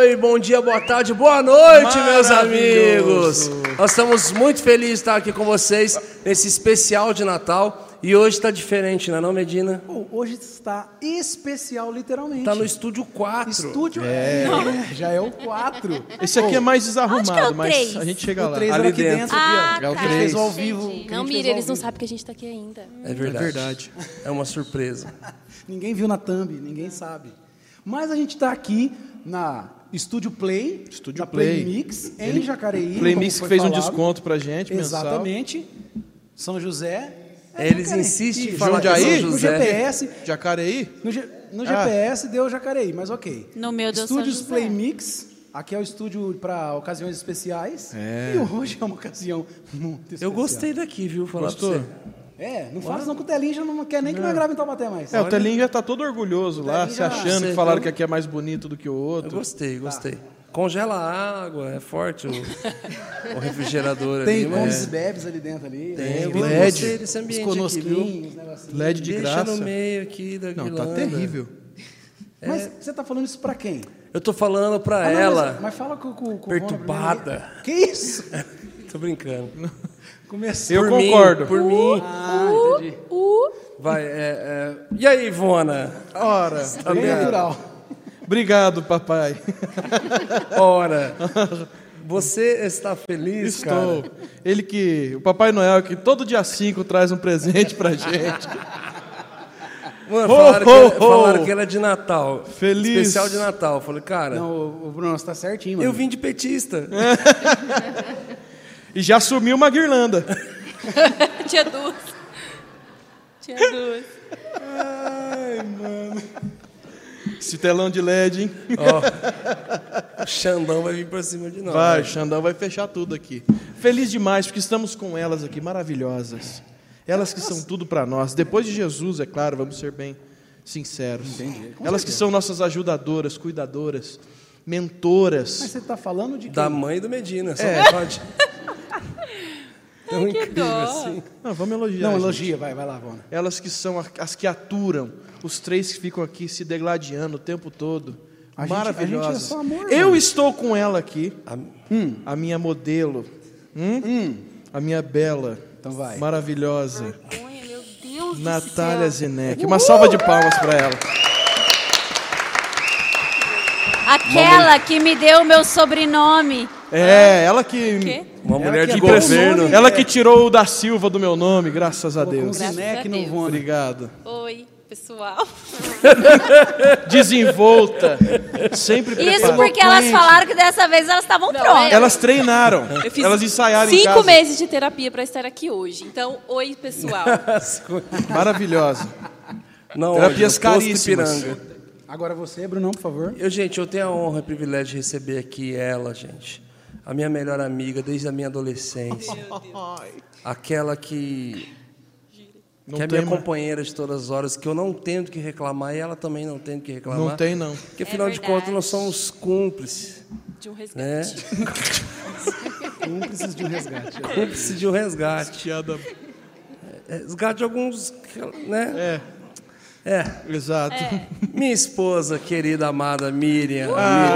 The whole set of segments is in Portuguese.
oi, bom dia, boa tarde, boa noite, meus amigos. Nós estamos muito felizes de estar aqui com vocês nesse especial de Natal. E hoje está diferente, não é não, Medina? Hoje está especial, literalmente. Está no estúdio 4. Já é o 4. Esse aqui é mais desarrumado, mas 3? a gente chega O lá. 3 era Ali aqui dentro. dentro. É o Que a gente 3. fez ao vivo. que a Não, gente Miriam, fez ao eles não vivo. sabem que a gente tá aqui ainda. É verdade. É verdade. É uma surpresa. Ninguém viu na thumb, ninguém sabe. Mas a gente está aqui na Estúdio Play, Estúdio na Play. Mix, em Jacareí. Play como Mix foi fez um falado. desconto pra gente, mensal. Exatamente. São José. Eles Jacareí. insistem em Isso. falar que Jundiaí? São No José. GPS, Jacareí? no GPS deu Jacareí, mas ok. No meu deu São Estúdios José. Play Mix, aqui é o estúdio para ocasiões especiais. É. E hoje é uma ocasião muito especial. Eu gostei daqui, viu? Falar Gostou? pra você. Não fala não que o Telinho já não quer nem que nós gravemos em Taubaté mais. É, o Telinho já tá todo orgulhoso lá, Telinho se já- achando que Você falaram viu? que aqui é mais bonito do que o Eu outro. gostei. Congela a água, é forte o refrigerador Tem ali. comes Mas e bebes ali dentro ali. tem, eu LED, gostei desse Os ambiente aqui, viu? conosquinhos, negocinho. LED de Deixa graça. no meio aqui da Não, guirlanda. tá terrível. Mas você tá falando isso pra quem? Eu tô falando pra Ah, não, ela, Mas fala com o perturbada. Rona primeiro. Que isso? Tô brincando. Começou. Eu Por mim, concordo. Por mim. Ah, entendi. Vai, E aí, Ivona? Ora, Bem natural. obrigado, papai. Ora. Você está feliz, Estou. cara? O Papai Noel, que todo dia 5 traz um presente pra gente. Mano, Ho, falaram que era de Natal. Feliz. Especial de Natal. Eu falei, cara, Não, o Bruno, você tá certinho, mano. eu vim de petista. E já sumiu uma guirlanda. Tinha duas. Ai, mano. Esse telão de LED, hein? Ó, o Xandão vai vir pra cima de nós. Vai, né? Xandão vai fechar tudo aqui. Feliz demais, porque estamos com elas aqui, maravilhosas. Elas que são tudo para nós. Depois de Jesus, é claro, vamos ser bem sinceros. Entendi. Com Elas que certeza. são nossas ajudadoras, cuidadoras, mentoras. Mas você tá falando de quem? Da mãe do Medina, só pode. Tão que incrível dó. assim. Não, vamos elogiar. Não, gente. elogia, vai lá, Vona. Elas que são as que aturam, os três que ficam aqui se degladiando o tempo todo. A gente Maravilhosas. é só amor, Eu mano. estou com ela aqui, a minha modelo, a minha bela, Então vai. maravilhosa, Vergonha, meu Deus Natália do céu. Zeneck. Uma salva de palmas para ela. Aquela que me deu o meu sobrenome. É, ela que... Quê? Uma Ela mulher que de é bom governo. nome. Ela que tirou o da Silva do meu nome, graças a Colocou um Deus. Graças Zeneck a no Deus. Vona. Obrigado. Oi, pessoal. Desenvolta, sempre Isso preparada. porque elas falaram que dessa vez elas estavam prontas. Elas treinaram, Eu fiz elas ensaiaram em 5 casa. meses de terapia para estar aqui hoje. Então, oi, pessoal. Maravilhosa. Não, Terapias onde? No posto caríssimas. Ipiranga. Agora você, Brunão, por favor. Gente, eu tenho a honra e o privilégio de receber aqui ela, gente. A minha melhor amiga desde a minha adolescência. Aquela que Não é tem, minha companheira de todas as horas, que eu não tenho do que reclamar e ela também não tem do que reclamar. Não tem, não. Porque, afinal de verdade. contas, nós somos cúmplices, De um resgate. né? Cúmplices de um resgate. Cúmplices de um resgate. Tiada... Resgate de alguns, né? Exato. Minha esposa, querida, amada Miriam.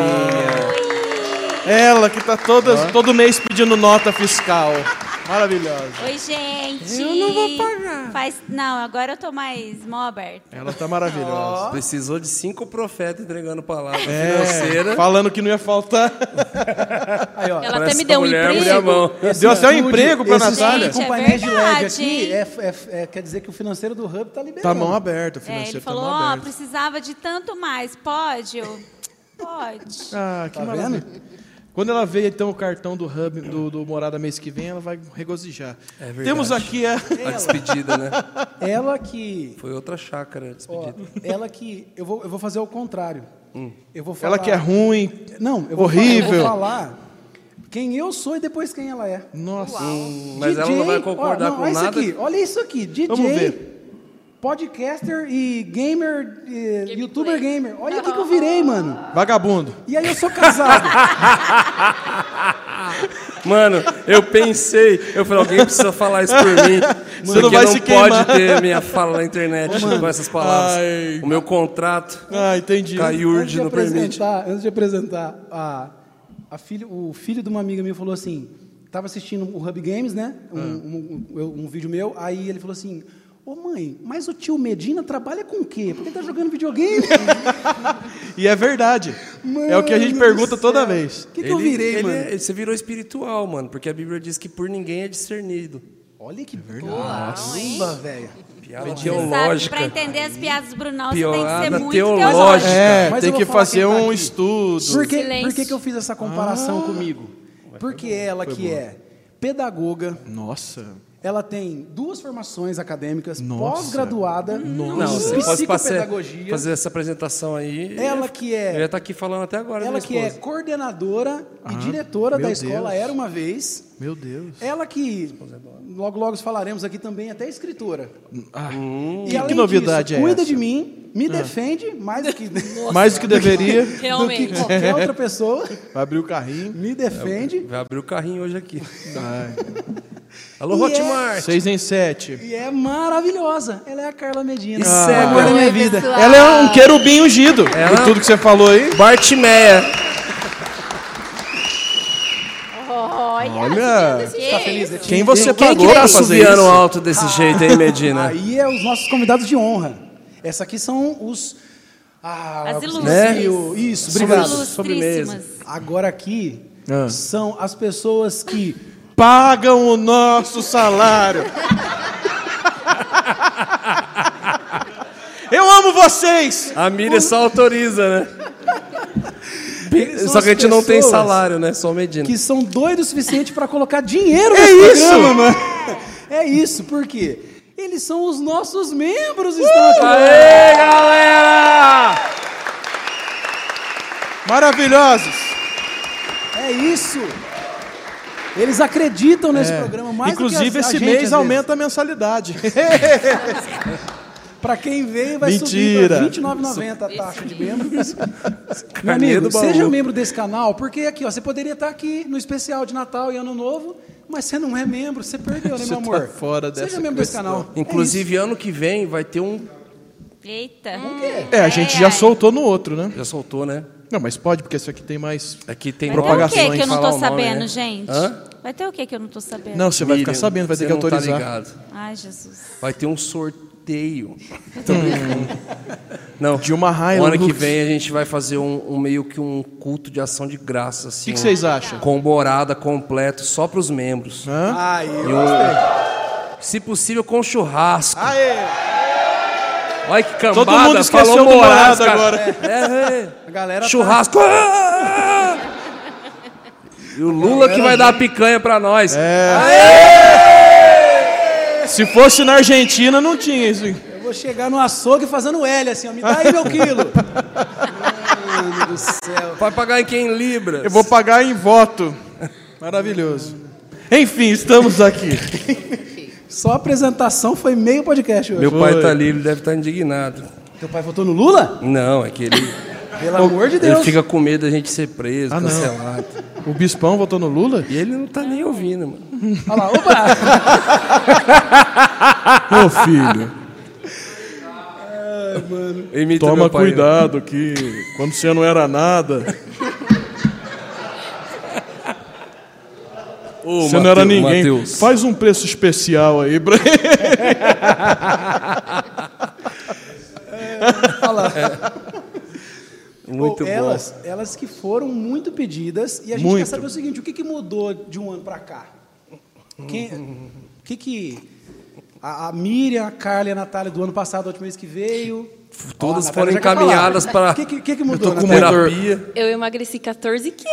Ela que tá todo mês pedindo nota fiscal. Maravilhosa. Oi, gente. Eu não vou pagar. Não, agora eu tô mais mó aberta. Ela tá maravilhosa. Precisou de 5 profetas entregando palavra financeira. Falando que não ia faltar. Aí, ó. Ela até Parece me deu um mulher, emprego. mulher mão. Deu até um emprego pra Esse Natália. estúdio com É painéis de LED verdade, aqui hein? quer dizer que o financeiro do Hub tá liberando. Tá mão aberta, o É, financeiro ele tá falou, mão ó, aberta. precisava de tanto mais. Pode? Pode. Ah, que Tá maravilha. Quando ela veio, então, o cartão do Hub, do Morada mês que vem, ela vai regozijar. É verdade. Temos aqui a... A despedida, né? Ela que... Foi outra chácara a Ó, despedida. ela que... Eu vou fazer o contrário. Eu vou falar... Ela que é ruim. Não, eu horrível. vou falar quem eu sou e depois quem ela é. Nossa. Mas ela não vai concordar com olha nada. Isso aqui, olha isso aqui. DJ, Vamos ver. podcaster e gamer, youtuber gamer. Olha o que eu virei, mano. Vagabundo. E aí eu sou casado. Mano, eu pensei, eu falei, alguém precisa falar isso por mim. Você não Porque vai não se pode queimar. ter minha fala na internet com essas palavras. Ai. O meu contrato, Entendi. Caiurde não permite. Antes de apresentar, o filho de uma amiga minha falou assim, estava assistindo o Hub Games, né? Um vídeo meu, aí ele falou assim, ô mãe, mas o tio Medina trabalha com o quê? Porque ele tá jogando videogame. E é verdade. É o que a gente pergunta toda vez. O que eu virei, mano? Você virou espiritual, mano, porque a Bíblia diz que por ninguém é discernido. Olha que verdade. Nossa, velho. Piada Sabe, teológica. pra entender as piadas do Brunão, você tem que Piada ser muito teológica. teológico. Mas Tem eu vou que falar fazer quem tá um aqui. estudo. Por Silêncio. que eu fiz essa comparação comigo? Porque ela que é pedagoga, Nossa. ela tem 2 formações acadêmicas, Nossa. pós-graduada Não, em você pode psicopedagogia. fazer essa apresentação aí. Ela que Eu ia é, estar aqui falando até agora. ela da que minha é esposa. coordenadora e diretora meu da escola Deus. Era Uma Vez. Meu Deus. Ela que, logo falaremos aqui também, até escritora. E além que novidade disso, é cuida essa? de mim, me defende mais do que, Mais do que deveria. do que Realmente. qualquer outra pessoa. Vai abrir o carrinho. Me defende. Vai abrir o carrinho hoje aqui. Alô, E Hotmart. 6 em 7. E é maravilhosa. Ela é a Carla Medina. E cega. O amor da minha vida. pessoal. Ela é um querubim ungido. Ela- Por tudo que você falou aí. Bartimeia. Olha. Tá feliz, Netinho? Quem você Quem pagou que tá pra fazer assoviando isso? alto desse jeito aí, Medina? Aí é os nossos convidados de honra. Essa aqui são os... As eu ilustres. esqueci o- Isso, obrigado. Ilustríssimas. Agora aqui Ah. são as pessoas que... Pagam o nosso salário. Eu amo vocês. A Miriam só autoriza, né? são Só que a gente as não tem pessoas salário, né? Só o Medina. que são doidos o suficiente para colocar dinheiro nesse programa, mano. É isso, por quê? Eles são os nossos membros, estão aqui. Aê, galera! Maravilhosos. É isso. Eles acreditam nesse programa mais Inclusive, do que a esse gente, mês às aumenta a mensalidade. Para quem vem, vai Mentira. subir para R$ 29,90 a taxa de membro. Meu Carnê amigo, do baú. seja membro desse canal, porque aqui, ó, você poderia estar aqui no especial de Natal e Ano Novo, mas você não é membro, você perdeu, né, meu Você tá amor? fora dessa Seja membro desse questão. canal. Inclusive, ano que vem vai ter um... Eita. A gente já soltou no outro, né? Já soltou, né? Não, mas pode, porque isso aqui tem mais... Aqui tem Vai ter o propagação, que que eu não falar tô o nome, sabendo, né? gente? Hã? Vai ter o que que eu não tô sabendo? Não, você vai ficar Miriam, sabendo, vai ter que você não tá autorizar. ligado. Ai, Jesus. Vai ter um sorteio. Não. De uma O Hilux. ano que vem a gente vai fazer um meio que um culto de ação de graça, assim. O que vocês acham? Com morada completo só para os membros. Aí, Se possível, com churrasco. Aê! Olha que cambada. Todo mundo esqueceu falou do morada morada cara. agora. a galera Churrasco. E o Lula que vai dar a picanha pra nós. Se fosse na Argentina, não tinha isso. Eu vou chegar no açougue fazendo L, assim, ó, me dá aí meu quilo. Mano do céu. Vai pagar em quem? Em libras. Eu vou pagar em voto. Maravilhoso. Enfim, estamos aqui. Só a apresentação foi meio podcast hoje. Meu pai tá ali, ele deve estar indignado. Teu pai votou no Lula? Não, é que ele Pelo amor de Deus. ele fica com medo da gente ser preso, Ah, não. cancelado. O Bispão votou no Lula? E ele não tá nem ouvindo, mano. Olha lá, opa! Ô, filho, Imita toma meu pai, né? cuidado que quando você não era nada, Ô, você não era Mateus, ninguém. Mateus. Faz um preço especial aí pra ele. Olha lá. Muito Pô, elas que foram muito pedidas, e a gente quer saber o seguinte, o que mudou de um ano para cá? O que a Miriam, a Carla e a Natália do ano passado, a última vez que veio... Todas Ó, a foram Natália já quer encaminhadas falar. para O que mudou, Eu tô com Natália? terapia. Eu emagreci 14 quilos.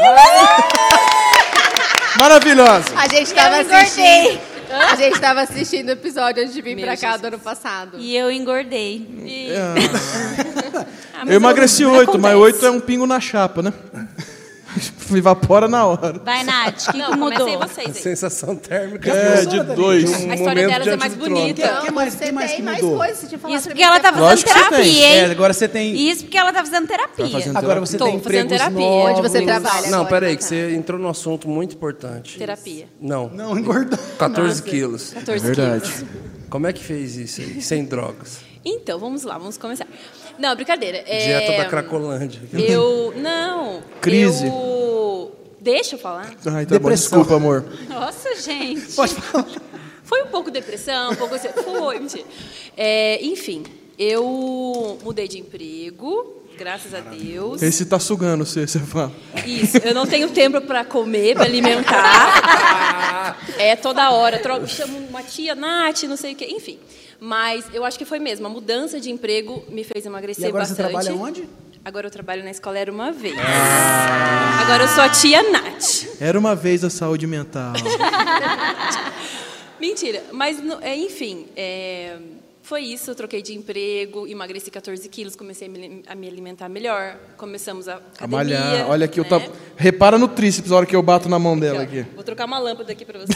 Maravilhosa. A gente tava Eu engordei. assistindo. A gente tava assistindo o episódio antes de vir Meu pra cá Jesus. do ano passado. E eu engordei. Eu emagreci 8, mas 8 é um pingo na chapa, né? Evapora na hora. Vai, Nath, o que Não, mudou? comecem vocês aí. Sensação térmica. De 2. A história delas é mais bonita. que mais que tem mais mudou? coisas. Você tinha falado Isso pra porque mim ela que tá você fazendo Lógico que você terapia, tem. hein? Agora você tem... Isso porque ela tá fazendo terapia. Agora você Tô tem fazendo empregos terapia. novos. Onde você trabalha Não, agora, peraí, que Natália? você entrou num assunto muito importante. Terapia. Não, Não, engordou. 14 quilos. 14 Verdade. quilos. Como é que fez isso aí, sem drogas? Então, vamos lá, vamos começar. Não, brincadeira. Dieta da Cracolândia. Não. Crise. Deixa eu falar. Ai, tá bom, Depressão. desculpa, amor. Nossa, gente. Pode falar. Foi um pouco depressão, um pouco assim. Foi, mentira. Enfim, eu mudei de emprego, graças a Deus. Esse tá sugando você fala. Isso, eu não tenho tempo para comer, para alimentar. Toda hora. Chamo uma tia, Nath, não sei o quê, enfim. Mas eu acho que foi mesmo. A mudança de emprego me fez emagrecer E agora bastante. você trabalha onde? Agora eu trabalho na escola Era Uma Vez. Agora eu sou a tia Nath. Era uma vez a saúde mental. Mentira. Mas, enfim, foi isso. Eu troquei de emprego, emagreci 14 quilos, comecei a me alimentar melhor. Começamos a A academia. malhar. Olha aqui, né? repara no tríceps a hora que eu bato na mão dela aqui. Vou trocar uma lâmpada aqui para você.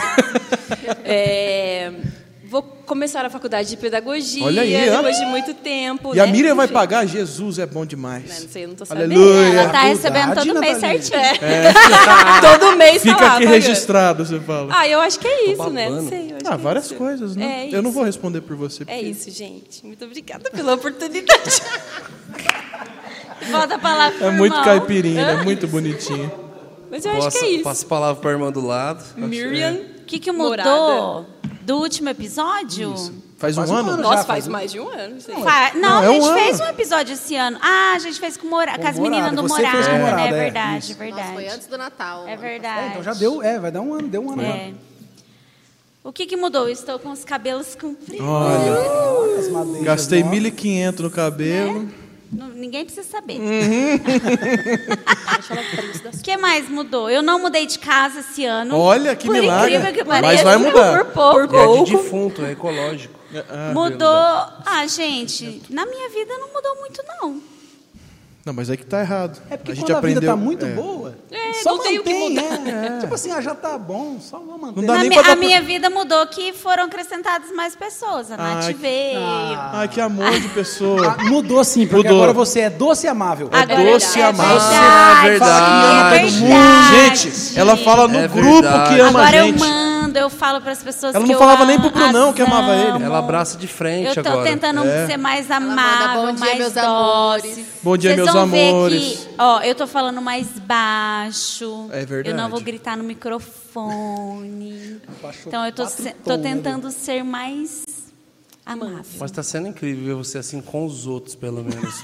Vou começar a faculdade de pedagogia. Olha aí, depois de muito tempo. E a né? Miriam vai Enfim. pagar? Jesus é bom demais. Não sei, eu não tô sabendo. Aleluia. Ela tá recebendo todo mês Natalia. certinho. Todo mês tá Fica lá, aqui pagando. registrado, você fala. Eu acho que é isso, né? Não babando. sei. Eu acho que é Várias isso. coisas, né? É Eu não isso. vou responder por você. É porque- isso, gente. Muito obrigada pela oportunidade. Volta a palavra pro É muito irmão. caipirinha, é muito bonitinho. Mas eu acho que é isso. Passa a palavra para a irmã do lado. Miriam. O que mudou Morada. do último episódio? Faz um Faz um ano? ano. Nossa, Já faz faz mais de um ano. Gente. Não, é a um gente ano. fez um episódio esse ano. A gente fez com as meninas do Você fez Morada, com Morada, né? É é, verdade, isso. é verdade. Nossa, foi antes do Natal. É verdade. Então já deu, vai dar um ano, deu um ano agora. É. O que mudou? Eu estou com os cabelos compridos. Olha, As madeixas gastei novas. 1.500 no cabelo. Ninguém precisa saber. Deixa ela presa das O que mais mudou? Eu não mudei de casa esse ano. Olha, que Por milagre. incrível que Mas pareça, vai mudar. Por pouco. É de defunto, é ecológico. Mudou. Gente, na minha vida não mudou muito, não. Não, mas é que tá errado. É porque a gente quando aprendeu. a vida tá muito é. boa, É, só não tem o que mantém, mudar. Tipo assim, já tá bom, só vou manter. Não dá nem Na pra dar a minha vida mudou que foram acrescentadas mais pessoas. A Nath Ai, veio. Ai, que amor de pessoa. Mudou sim, porque Mudou. agora você é doce e amável. Agora doce e é amável. verdade, verdade. é Todo mundo. verdade. Gente, ela fala no É grupo verdade. que ama Agora a gente. eu mando, eu falo para as pessoas Ela que não eu falava nem pro amo, Brunão que as amava ele. amo. Ela abraça de frente Eu tô agora. tentando ser mais manda amável, bom dia, mais meus dócil. amores. Bom dia, Vocês meus vão ver amores. que, ó, eu tô falando mais baixo. É verdade. Eu não vou gritar no microfone. Então eu tô tentando ser mais amável. Mas tá sendo incrível ver você assim com os outros, pelo menos.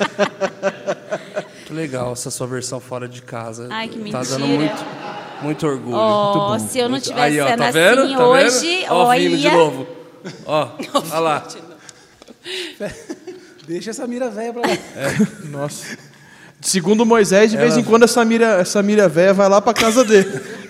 Que legal essa sua versão fora de casa. Ai, que Tá dando mentira. muito orgulho. Ó, muito bom. se eu não Muito- tivesse Aí, ó, sendo tá vendo? assim Tá vendo? hoje, Ó, vindo de olha. novo. Ó, olha lá. Deixa essa mira velha pra lá. Nossa. Segundo Moisés, de vez em quando essa mira velha vai lá pra casa dele.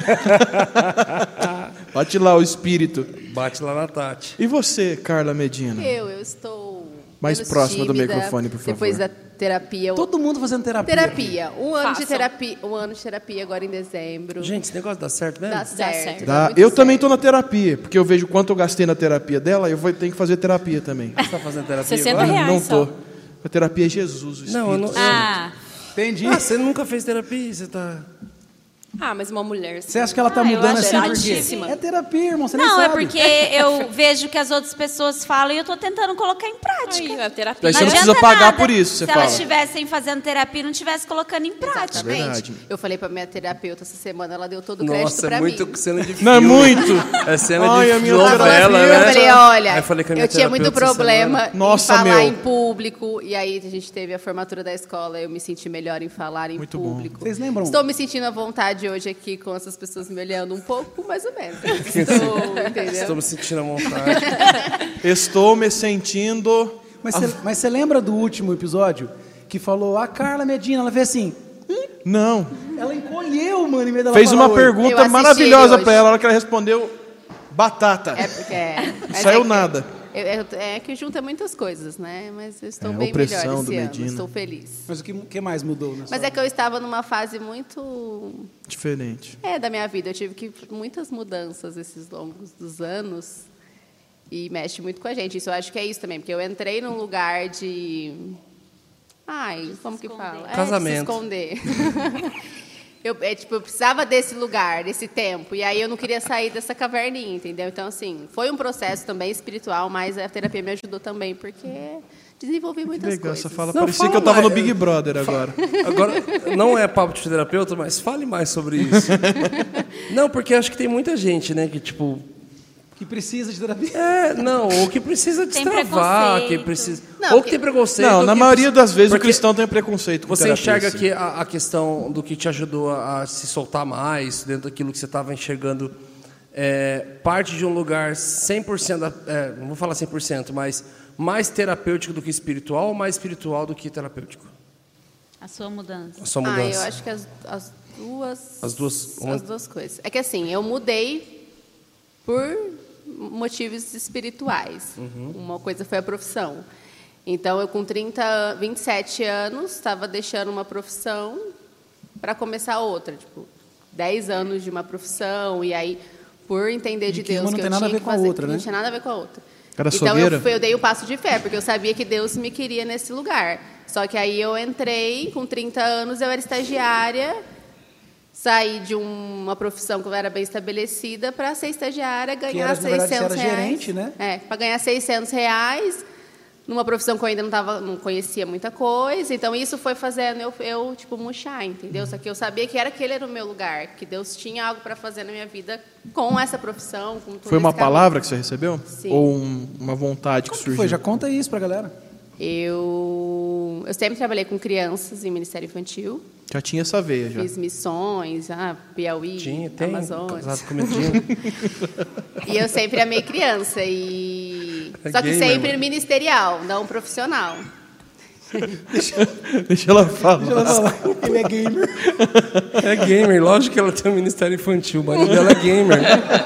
Bate lá o espírito. Bate lá na Tati. E você, Carla Medina? Eu estou Mais menos próxima do tímida, microfone, por favor. Depois da terapia. Todo mundo fazendo terapia. Terapia. Um ano de Façam. terapia. Um ano de terapia agora em dezembro. Gente, esse negócio dá certo mesmo? Dá certo. certo. dá muito Eu também certo. tô na terapia, porque eu vejo quanto eu gastei na terapia dela, eu vou ter que fazer terapia também. Você tá fazendo terapia 60 agora? reais. Não só. tô. A terapia é Jesus, o Espírito. Não, eu não... Ah, Entendi. Ah, você nunca fez terapia? Você tá... Mas uma mulher. Você acha que ela tá eu mudando acho assim por quê? erradíssima. É terapia, irmão, você nem não, sabe. é porque eu vejo que as outras pessoas falam e eu tô tentando colocar em prática. Aí, a terapia. Daí você Não não precisa adianta pagar nada por isso, você se elas fala. estivessem fazendo terapia e não estivessem colocando em prática. Exatamente. Verdade. Eu falei pra minha terapeuta essa semana, ela deu todo o crédito Nossa, pra é muito mim. cena de filme. Não é muito? É cena Ai, a de minha Ela falou novela, assim, né? eu falei, olha, Aí eu falei com a minha eu tinha muito terapeuta essa problema semana. Nossa, em falar meu. em público. E aí a gente teve a formatura da escola, eu me senti melhor em falar em Muito bom. público. Vocês lembram? Estou me sentindo à vontade hoje aqui com essas pessoas me olhando um pouco, mais ou menos. Estou, entendeu? Estou me sentindo à vontade. Estou me sentindo... Mas você lembra do último episódio que falou a Carla Medina, ela fez assim, Não. ela encolheu, mano, em vez dela Fez falar uma oi. Eu pergunta assisti maravilhosa hoje. pra ela, a hora que ela respondeu, batata. É porque... Não mas saiu é que nada. É que junta muitas coisas, né? Mas eu estou bem opressão melhor do esse ano, Medina. estou feliz. Mas o que mais mudou na sua Mas é que eu estava numa fase muito... Diferente. da minha vida. Eu tive muitas mudanças esses longos dos anos e mexe muito com a gente. Isso eu acho que é isso também, porque eu entrei num lugar de... como que fala? Casamento. De se esconder. Eu precisava desse lugar, desse tempo. E aí eu não queria sair dessa caverninha, entendeu? Então, assim, foi um processo também espiritual, mas a terapia me ajudou também, porque desenvolvi muitas Legal, coisas. essa fala Não, parecia fala que eu tava mais. no Big Brother agora. Agora, não é papo de terapeuta, mas fale mais sobre isso. Não, porque acho que tem muita gente, né, que tipo... Que precisa de terapia. ou que precisa Tem destravar, que preconceito. precisa... Não, ou que tem preconceito. Não, ou na que maioria das vezes o porque cristão tem preconceito com Você terapia, enxerga sim. que a questão do que te ajudou a se soltar mais, dentro daquilo que você estava enxergando, parte de um lugar 100%, não vou falar 100%, mas mais terapêutico do que espiritual ou mais espiritual do que terapêutico? A sua mudança. A sua mudança. Eu acho que as duas... As duas... As duas coisas. É que assim, eu mudei por motivos espirituais. Uma coisa foi a profissão. Então, eu com 27 anos, estava deixando uma profissão para começar outra. 10 anos de uma profissão, e aí, por entender de Deus uma não que tem eu nada a tinha ver que com a fazer, outra, né? não tinha nada a ver com a outra. Era Então, açougueira? eu dei o passo de fé, porque eu sabia que Deus me queria nesse lugar. Só que aí eu entrei, com 30 anos, eu era estagiária, saí de uma profissão que eu era bem estabelecida para ser estagiária, ganhar na verdade, R$600. você era gerente, né? Para ganhar R$600, numa profissão que eu ainda não conhecia muita coisa. Então, isso foi fazendo eu murchar, entendeu? Só que eu sabia que aquele era o meu lugar, que Deus tinha algo para fazer na minha vida com essa profissão, com tudo. Foi uma esse caminho. palavra que você recebeu? Sim. Ou uma vontade que surgiu? Foi, já conta isso pra galera. Eu sempre trabalhei com crianças em Ministério Infantil. Já tinha essa veia, já. Fiz missões, Piauí, Tem, Amazonas. casado com Medina. E eu sempre amei criança. Só que gamer, sempre mano. ministerial, não profissional. Deixa ela falar. Ele é gamer. É gamer, lógico que ela tem um ministério infantil. O marido dela é gamer.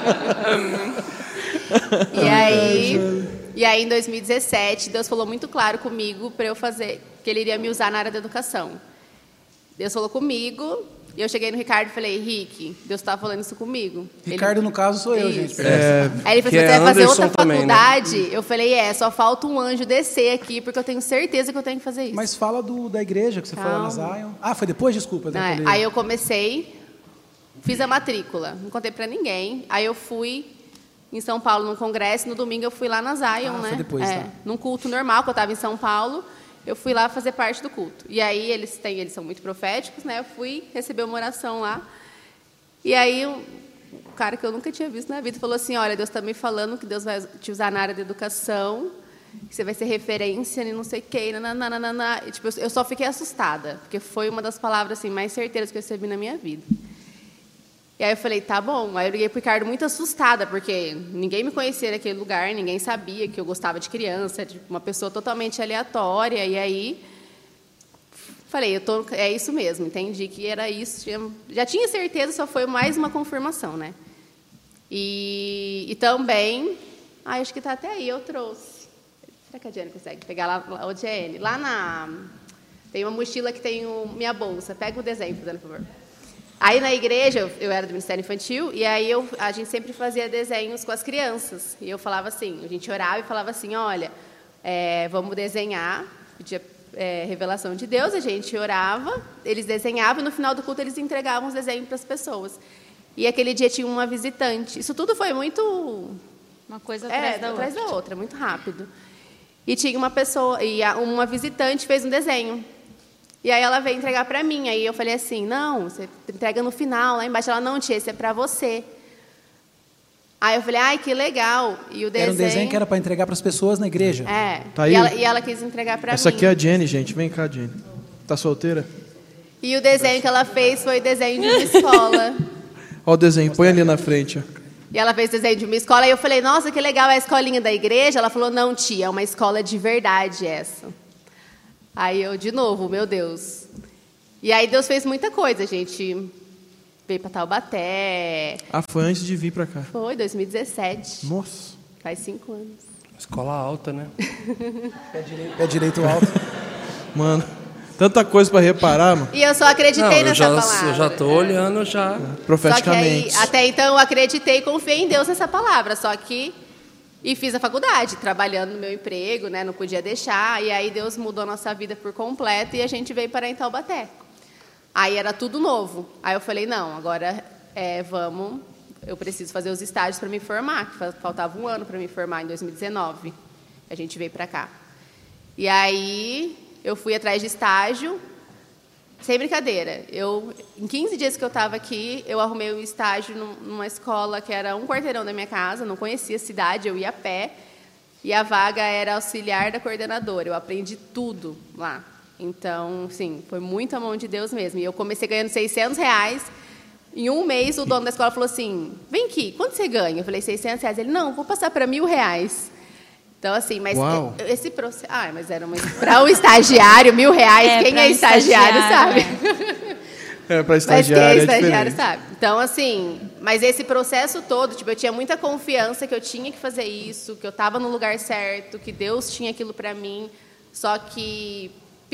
E aí, em 2017, Deus falou muito claro comigo para eu fazer, que Ele iria me usar na área da educação. Deus falou comigo, e eu cheguei no Ricardo e falei, Rick, Deus estava falando isso comigo. Ricardo, no caso, sou eu, gente. Aí ele falou, que você é vai fazer Anderson outra também, né? faculdade? Eu falei, só falta um anjo descer aqui, porque eu tenho certeza que eu tenho que fazer isso. Mas fala da igreja que você foi lá na Zion. Ah, foi depois? Desculpa. Aí eu comecei, fiz a matrícula, não contei pra ninguém. Aí eu fui em São Paulo num congresso, no domingo eu fui lá na Zion, né? Foi depois, tá. Num culto normal, que eu estava em São Paulo, eu fui lá fazer parte do culto. E aí eles são muito proféticos, né? Eu fui receber uma oração lá. E aí o cara que eu nunca tinha visto na vida falou assim, olha, Deus está me falando que Deus vai te usar na área da educação, que você vai ser referência e não sei o quê, nananana. E, eu só fiquei assustada, porque foi uma das palavras assim, mais certeiras que eu recebi na minha vida. E aí eu falei, tá bom. Aí eu liguei pro Ricardo muito assustada, porque ninguém me conhecia naquele lugar, ninguém sabia que eu gostava de criança, de uma pessoa totalmente aleatória. E aí falei, é isso mesmo, entendi que era isso. Já tinha certeza, só foi mais uma confirmação, né? E também, acho que está até aí, eu trouxe. Será que a Jenny consegue pegar lá, ô Jenny? Tem uma mochila que tem minha bolsa. Pega o desenho, por favor. Aí, na igreja, eu era do Ministério Infantil, e aí a gente sempre fazia desenhos com as crianças. E eu falava assim, a gente orava e falava assim, olha, vamos desenhar, pedia revelação de Deus, a gente orava, eles desenhavam, e no final do culto eles entregavam os desenhos para as pessoas. E aquele dia tinha uma visitante. Isso tudo foi muito... Uma coisa atrás da outra, muito rápido. E tinha uma pessoa, e uma visitante fez um desenho. E aí ela veio entregar para mim. Aí eu falei assim, não, você entrega no final, lá embaixo. Ela, não, tia, esse é para você. Aí eu falei, ai, que legal. E o desenho... Era um desenho que era para entregar para as pessoas na igreja. Tá aí. E ela quis entregar para mim. Essa aqui é a Jenny, gente. Vem cá, Jenny. Tá solteira? E o desenho que ela fez foi o desenho de uma escola. Olha o desenho, põe ali na frente. Ó. E ela fez desenho de uma escola. E eu falei, nossa, que legal, é a escolinha da igreja? Ela falou, não, tia, é uma escola de verdade essa. Aí eu, de novo, meu Deus. E aí Deus fez muita coisa, a gente veio para Taubaté. Ah, foi antes de vir para cá. Foi, 2017. Nossa. Faz 5 anos. Escola alta, né? Pé direito alto. Mano, tanta coisa para reparar, mano. E eu só acreditei nessa palavra. Eu já tô olhando já. Profeticamente. Só que aí, até então eu acreditei e confiei em Deus nessa palavra, só que... E fiz a faculdade, trabalhando no meu emprego, né? Não podia deixar. E aí Deus mudou a nossa vida por completo e a gente veio para em Taubaté. Aí era tudo novo. Aí eu falei, não, agora vamos... Eu preciso fazer os estágios para me formar, que faltava um ano para me formar em 2019. A gente veio para cá. E aí eu fui atrás de estágio, sem brincadeira. Em 15 dias que eu estava aqui, eu arrumei um estágio numa escola que era um quarteirão da minha casa, não conhecia a cidade, eu ia a pé. E a vaga era auxiliar da coordenadora. Eu aprendi tudo lá. Então, sim, foi muita mão de Deus mesmo. E eu comecei ganhando R$600. Em um mês, o dono da escola falou assim, vem aqui, quanto você ganha? Eu falei, R$600. Ele, não, vou passar para R$1.000. Então, assim, mas esse processo... mas era para um estagiário, R$1.000. Quem é estagiário sabe. Para estagiário, mas quem é estagiário sabe. Então, assim, mas esse processo todo, tipo, eu tinha muita confiança que eu tinha que fazer isso, que eu estava no lugar certo, que Deus tinha aquilo para mim, só que...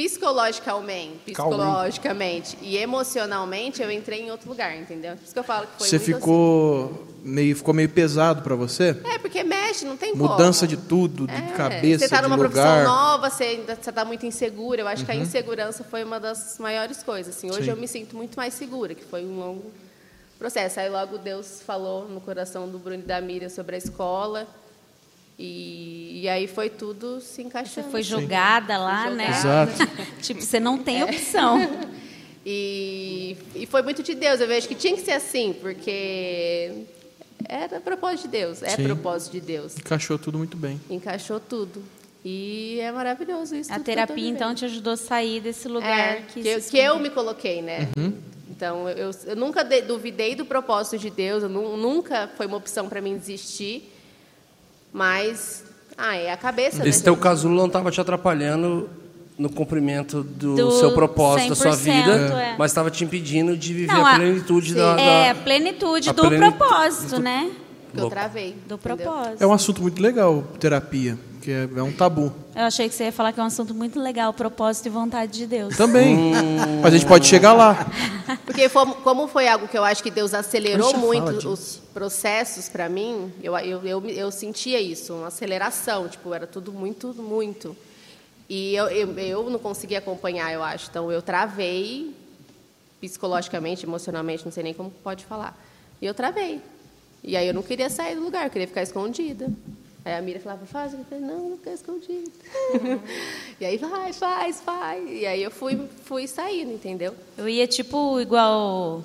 Psicologicamente e emocionalmente, eu entrei em outro lugar, entendeu? Por isso que eu falo que foi Você muito ficou meio pesado para você? porque mexe, não tem como. Mudança de tudo, de cabeça, você está numa de profissão lugar. nova, você está muito insegura. Eu acho que a insegurança foi uma das maiores coisas. Assim, hoje eu me sinto muito mais segura, que foi um longo processo. Aí logo Deus falou no coração do Bruno e da Miriam sobre a escola. E aí foi tudo se encaixando. Você foi jogada lá, né? Exato. Tipo, você não tem opção. E foi muito de Deus. Eu vejo que tinha que ser assim, porque era propósito de Deus. Propósito de Deus. Encaixou tudo muito bem. Encaixou tudo. E é maravilhoso isso. A terapia, então, te ajudou a sair desse lugar que eu me coloquei, né? Então, eu nunca duvidei do propósito de Deus. Nunca foi uma opção para mim desistir. Mas, é a cabeça. Esse teu casulo não estava te atrapalhando no cumprimento do seu propósito, da sua vida, mas estava te impedindo de viver a plenitude a plenitude do propósito, né? Que eu travei. Do propósito. É um assunto muito legal, terapia, que é um tabu. Eu achei que você ia falar que é um assunto muito legal, propósito e vontade de Deus. Também. Mas a gente pode chegar lá. Porque como foi algo que eu acho que Deus acelerou muito os processos para mim, eu sentia isso, uma aceleração, tipo, era tudo muito, muito. E eu não conseguia acompanhar, eu acho. Então, eu travei psicologicamente, emocionalmente, não sei nem como pode falar. E eu travei. E aí eu não queria sair do lugar, eu queria ficar escondida. Aí a Miriam falava, faz. Eu falei, não quero escondida. E aí, faz. E aí eu fui saindo, entendeu? Eu ia, tipo, igual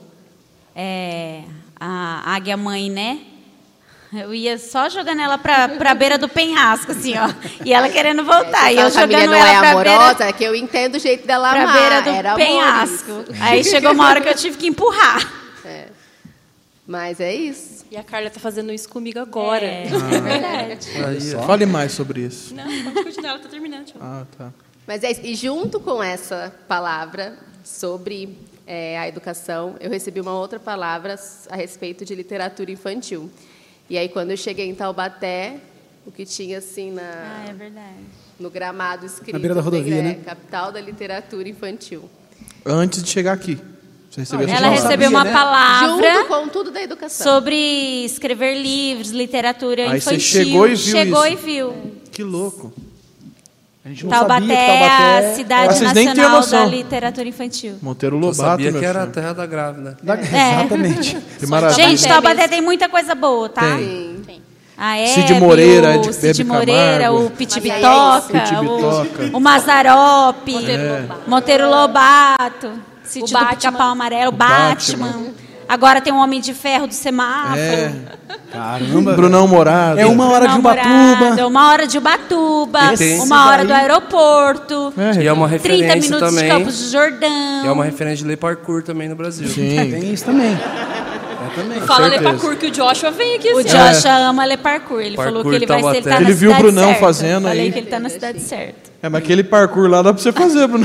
a águia mãe, né? Eu ia só jogando ela pra beira do penhasco, assim, ó. E ela querendo voltar. E eu jogando ela pra amorosa, beira... É que eu entendo o jeito dela amar. Pra beira do penhasco. Aí chegou uma hora que eu tive que empurrar. Mas é isso. E a Carla está fazendo isso comigo agora. É verdade. Fale mais sobre isso. Não, pode continuar, ela está terminando. Tá. Mas é isso. E junto com essa palavra sobre a educação, eu recebi uma outra palavra a respeito de literatura infantil. E aí, quando eu cheguei em Taubaté, o que tinha assim é verdade. No gramado escrito... Na beira da rodovia, né? Capital da literatura infantil. Antes de chegar aqui. Você recebeu ela recebeu uma palavra junto com tudo da educação. Sobre escrever livros, literatura infantil. Aí você chegou e viu. Que louco. A gente não Taubaté sabia que é a cidade nacional da noção. literatura infantil. Monteiro Eu Lobato, sabia meu que era a filho. terra da grávida. Exatamente. Que maravilha. Gente, Taubaté tem muita coisa boa, tá? Tem. A Hebe, Cid Moreira, o Cid Bebe Moreira, Camargo. o Pitibitoca, Pitibitoca. o Mazarope, Monteiro Lobato, Sítio do Batman. Pica-Pau Amarelo, o Batman. Agora tem um Homem de Ferro do Semáforo. Caramba. Brunão Morado. É 1 hora de Ubatuba. 1 hora de Ubatuba, Esse 1 hora do aeroporto, E é uma 30 referência minutos também. de Campos do Jordão. E é uma referência de lei parkour também no Brasil. Sim. Tem isso também. Fala certeza. Lepacur que o Joshua vem aqui O assim. Joshua ama ler parkour. Ele falou que ele vai ser, ele tá na Ele viu o cidade Brunão certa. fazendo Falei aí. que ele tá na cidade certa. Mas aquele parkour lá dá pra você fazer, Bruno.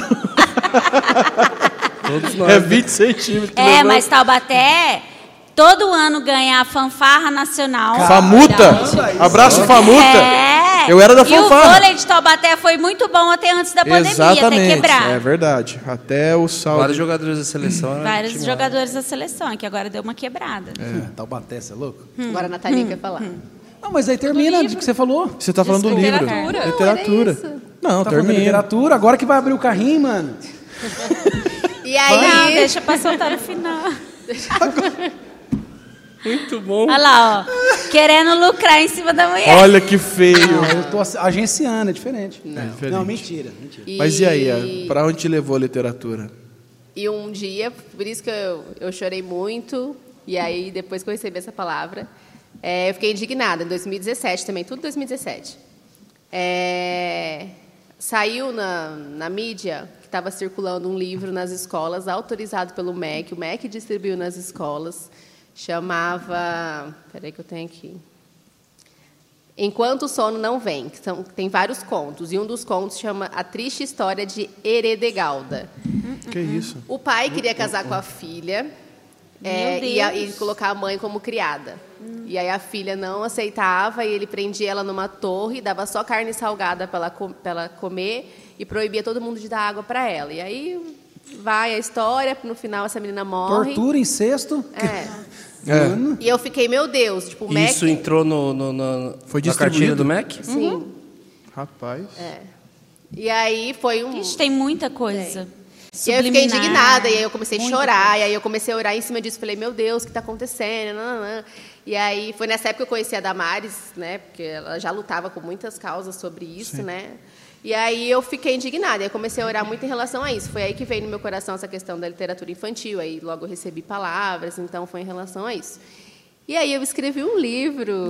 Todos nós. É 20 centímetros. Mas Taubaté todo ano ganha a fanfarra nacional. Famuta. Abraço, Famuta. Eu era da E o fanfarra. vôlei de Taubaté foi muito bom até antes da pandemia, até Exatamente, quebrar. é verdade. Até o saldo. Vários jogadores da seleção. né? Vários Time- jogadores da seleção, que agora deu uma quebrada. Taubaté, você é louco? Agora a Natalia quer falar. Não, mas aí termina do que você falou. Você tá falando do livro. Literatura. Literatura. Não, era isso. Não, Tá falando de termina. literatura, agora que vai abrir o carrinho, mano. E Não, aí, deixa pra soltar no final. Muito bom. Olha lá, ó. Querendo lucrar em cima da mulher. Olha que feio. Não, eu tô agenciando, é diferente. diferente. Não, mentira. Mas e aí, pra onde te levou a literatura? E um dia, por isso que eu chorei muito, e aí depois que eu recebi essa palavra, eu fiquei indignada, em 2017 também, tudo 2017. Saiu na mídia que estava circulando um livro nas escolas, autorizado pelo MEC, o MEC distribuiu nas escolas, chamava... Peraí que eu tenho aqui. Enquanto o Sono Não Vem, que tem vários contos, e um dos contos chama A Triste História de Heredegalda. Que isso? O pai queria casar com a filha e colocar a mãe como criada. E aí a filha não aceitava e ele prendia ela numa torre, dava só carne salgada para ela comer e proibia todo mundo de dar água para ela. E aí vai a história, no final essa menina morre. Tortura, incesto. E eu fiquei, meu Deus, tipo, o MEC... Isso entrou Foi na cartilha distribuído? do MEC? Sim. Rapaz. E aí foi um... Gente, tem muita coisa. E aí eu fiquei Subliminar. indignada, e aí eu comecei a Muita chorar, e aí eu comecei a orar em cima disso. Falei, meu Deus, o que está acontecendo? Nananã. E aí foi nessa época que eu conheci a Damares, né? Porque ela já lutava com muitas causas sobre isso, né? E aí eu fiquei indignada, e eu comecei a orar muito em relação a isso. Foi aí que veio no meu coração essa questão da literatura infantil, aí logo eu recebi palavras, então foi em relação a isso. E aí eu escrevi um livro.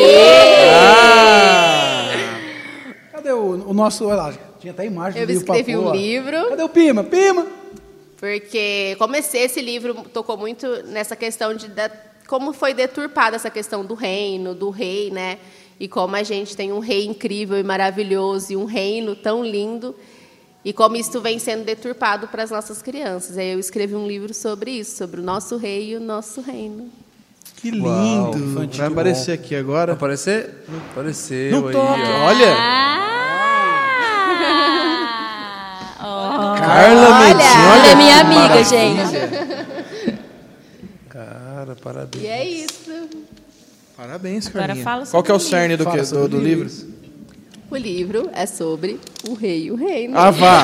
Cadê o nosso... Olha lá, tinha até imagem Eu do livro pra escrevi pôr, um ó. livro. Cadê o Pima? Pima! Porque esse livro tocou muito nessa questão de como foi deturpada essa questão do reino, do rei, né? E como a gente tem um rei incrível e maravilhoso e um reino tão lindo e como isso vem sendo deturpado para as nossas crianças. Aí eu escrevi um livro sobre isso, sobre o nosso rei e o nosso reino. Que lindo. Uau, Vai aparecer aqui agora. Vai aparecer? Apareceu Não aí, toca. ó. Olha. Carla Medina. Ela é minha amiga, Maravilha. gente. Cara, parabéns. E é isso. Parabéns, Agora Carlinha. fala Qual que é o sobre o cerne do, Fala sobre do o livro? O livro é sobre o rei e o reino. Ah, vá.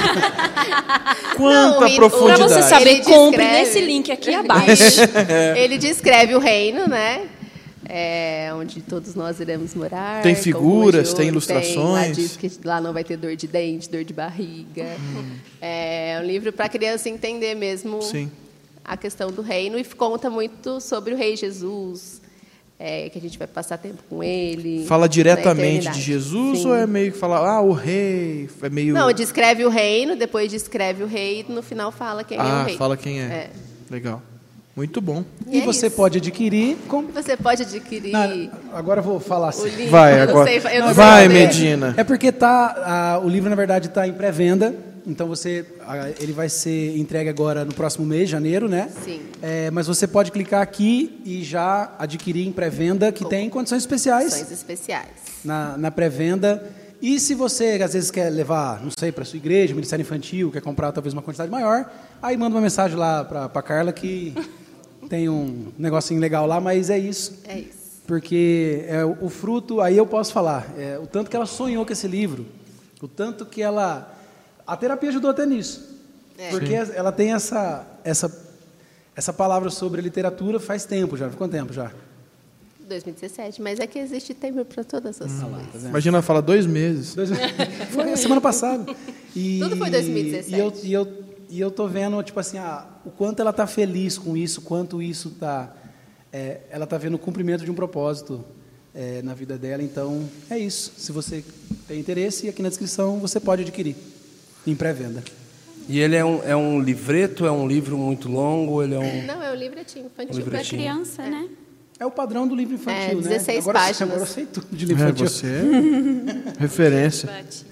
Quanta Não, e- profundidade. Pra você saber, Ele compre descreve- nesse link aqui abaixo. Ele descreve o reino, né? Onde todos nós iremos morar. Tem com figuras, ruas de tem ouro, ilustrações. lá diz que lá não vai ter dor de dente, dor de barriga. É um livro para a criança entender mesmo Sim. a questão do reino e conta muito sobre o rei Jesus, que a gente vai passar tempo com ele. Fala na diretamente de eternidade. Jesus Sim. ou é meio que falar, o rei? É meio... Não, descreve o reino, depois descreve o rei e no final fala quem é o rei. Fala quem é. Legal. Muito bom. E é você isso. pode adquirir... Você pode adquirir Não, agora eu vou falar o assim. livro. Vai, eu não agora. sei, eu não sei Vai, fazer. Medina. É porque o livro, na verdade, está em pré-venda. Então, ele vai ser entregue agora no próximo mês, janeiro, né? Sim. Mas você pode clicar aqui e já adquirir em pré-venda, que tem condições especiais Condições especiais. na pré-venda. E se você, às vezes, quer levar, não sei, para sua igreja, Ministério Infantil, quer comprar talvez uma quantidade maior, aí manda uma mensagem lá para a Carla que tem um negocinho legal lá, mas é isso. É isso. Porque o fruto, aí eu posso falar, o tanto que ela sonhou com esse livro, o tanto que ela... A terapia ajudou até nisso. Porque ela tem essa palavra sobre literatura faz tempo já. Quanto tempo já? 2017, mas é que existe tempo para todas as coisas. Imagina, fala 2 meses. Foi a semana passada. Tudo foi 2017. E eu tô vendo, tipo assim, o quanto ela tá feliz com isso, quanto isso tá... ela tá vendo o cumprimento de um propósito na vida dela. Então, é isso. Se você tem interesse, aqui na descrição você pode adquirir em pré-venda. E ele é um livreto, é um livro muito longo, ele é um... Não, é o livretinho infantil. Livretinho. Pra criança, né? É o padrão do livro infantil, 16 né? páginas. Agora eu sei tudo de livro infantil. Você é referência.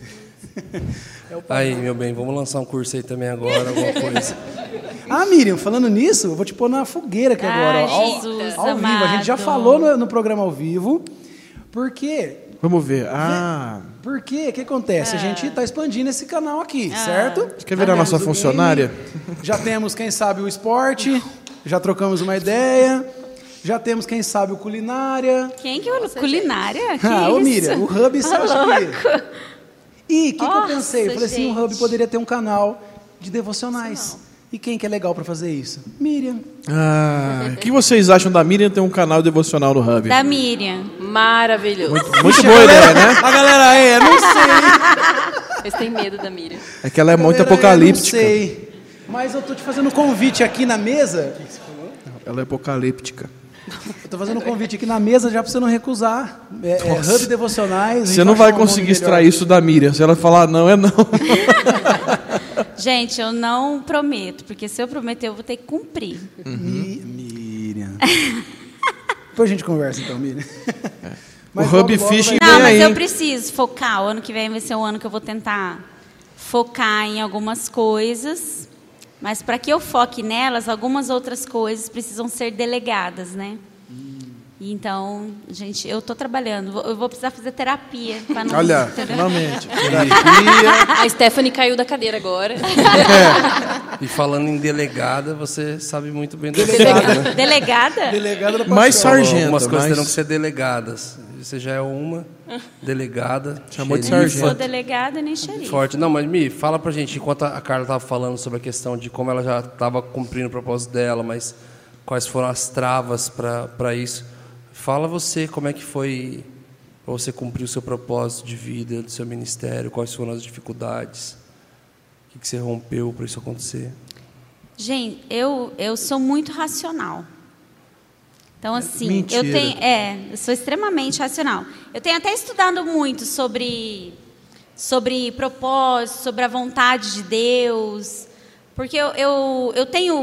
Aí, meu bem, vamos lançar um curso aí também agora, alguma coisa. Miriam, falando nisso, eu vou te pôr na fogueira aqui agora. Ó, Jesus ao vivo. A gente já amado. falou no programa ao vivo, porque Vamos ver. Por quê? O que acontece? A gente está expandindo esse canal aqui, certo? Você quer virar nossa funcionária? Já temos, quem sabe, o esporte. Já trocamos uma ideia. Já temos, quem sabe, o culinária. Quem que é o culinária? Que Ô isso? Miriam, o Hub você acha que... E o que eu Nossa, pensei? Eu falei assim, o Hub gente. poderia ter um canal de devocionais. E quem que é legal para fazer isso? Miriam. O que vocês acham da Miriam ter um canal devocional no Hub? Da Miriam. Maravilhoso. Muito boa ideia, né? A galera não sei. Eles têm medo da Miriam. É que ela é muito Galera, apocalíptica. Não sei. Mas eu tô te fazendo um convite aqui na mesa. Ela é apocalíptica. Eu tô fazendo um convite aqui na mesa já para você não recusar. Hub devocionais. a Você gente não achar vai um nome conseguir melhor. extrair isso da Miriam. Se ela falar não, é não. Gente, eu não prometo, porque se eu prometer, eu vou ter que cumprir. Miriam. Depois a gente conversa então, Miriam. O Hub Fishing Não, vem mas aí. eu preciso focar. O ano que vem vai ser um ano que eu vou tentar focar em algumas coisas. Mas para que eu foque nelas, algumas outras coisas precisam ser delegadas, né? Então, gente, eu estou trabalhando. Eu vou precisar fazer terapia. Pra não, Olha, entendeu? finalmente. Terapia. A Stephanie caiu da cadeira agora. E falando em delegada, você sabe muito bem delegada, né? Delegada? Delegada da Mais Pascal. sargento. Algumas coisas mas- terão que ser delegadas. Você já é uma delegada. Chamou de xerife, Sou delegada e nem xerife. Forte. Não, mas Mi, fala pra gente, enquanto a Carla estava falando sobre a questão de como ela já estava cumprindo o propósito dela, mas quais foram as travas para isso. Fala você como é que foi para você cumprir o seu propósito de vida, do seu ministério, quais foram as dificuldades, o que você rompeu para isso acontecer. Gente, eu sou muito racional. Então, assim, Mentira. eu sou extremamente racional. Eu tenho até estudado muito sobre propósito, sobre a vontade de Deus, porque eu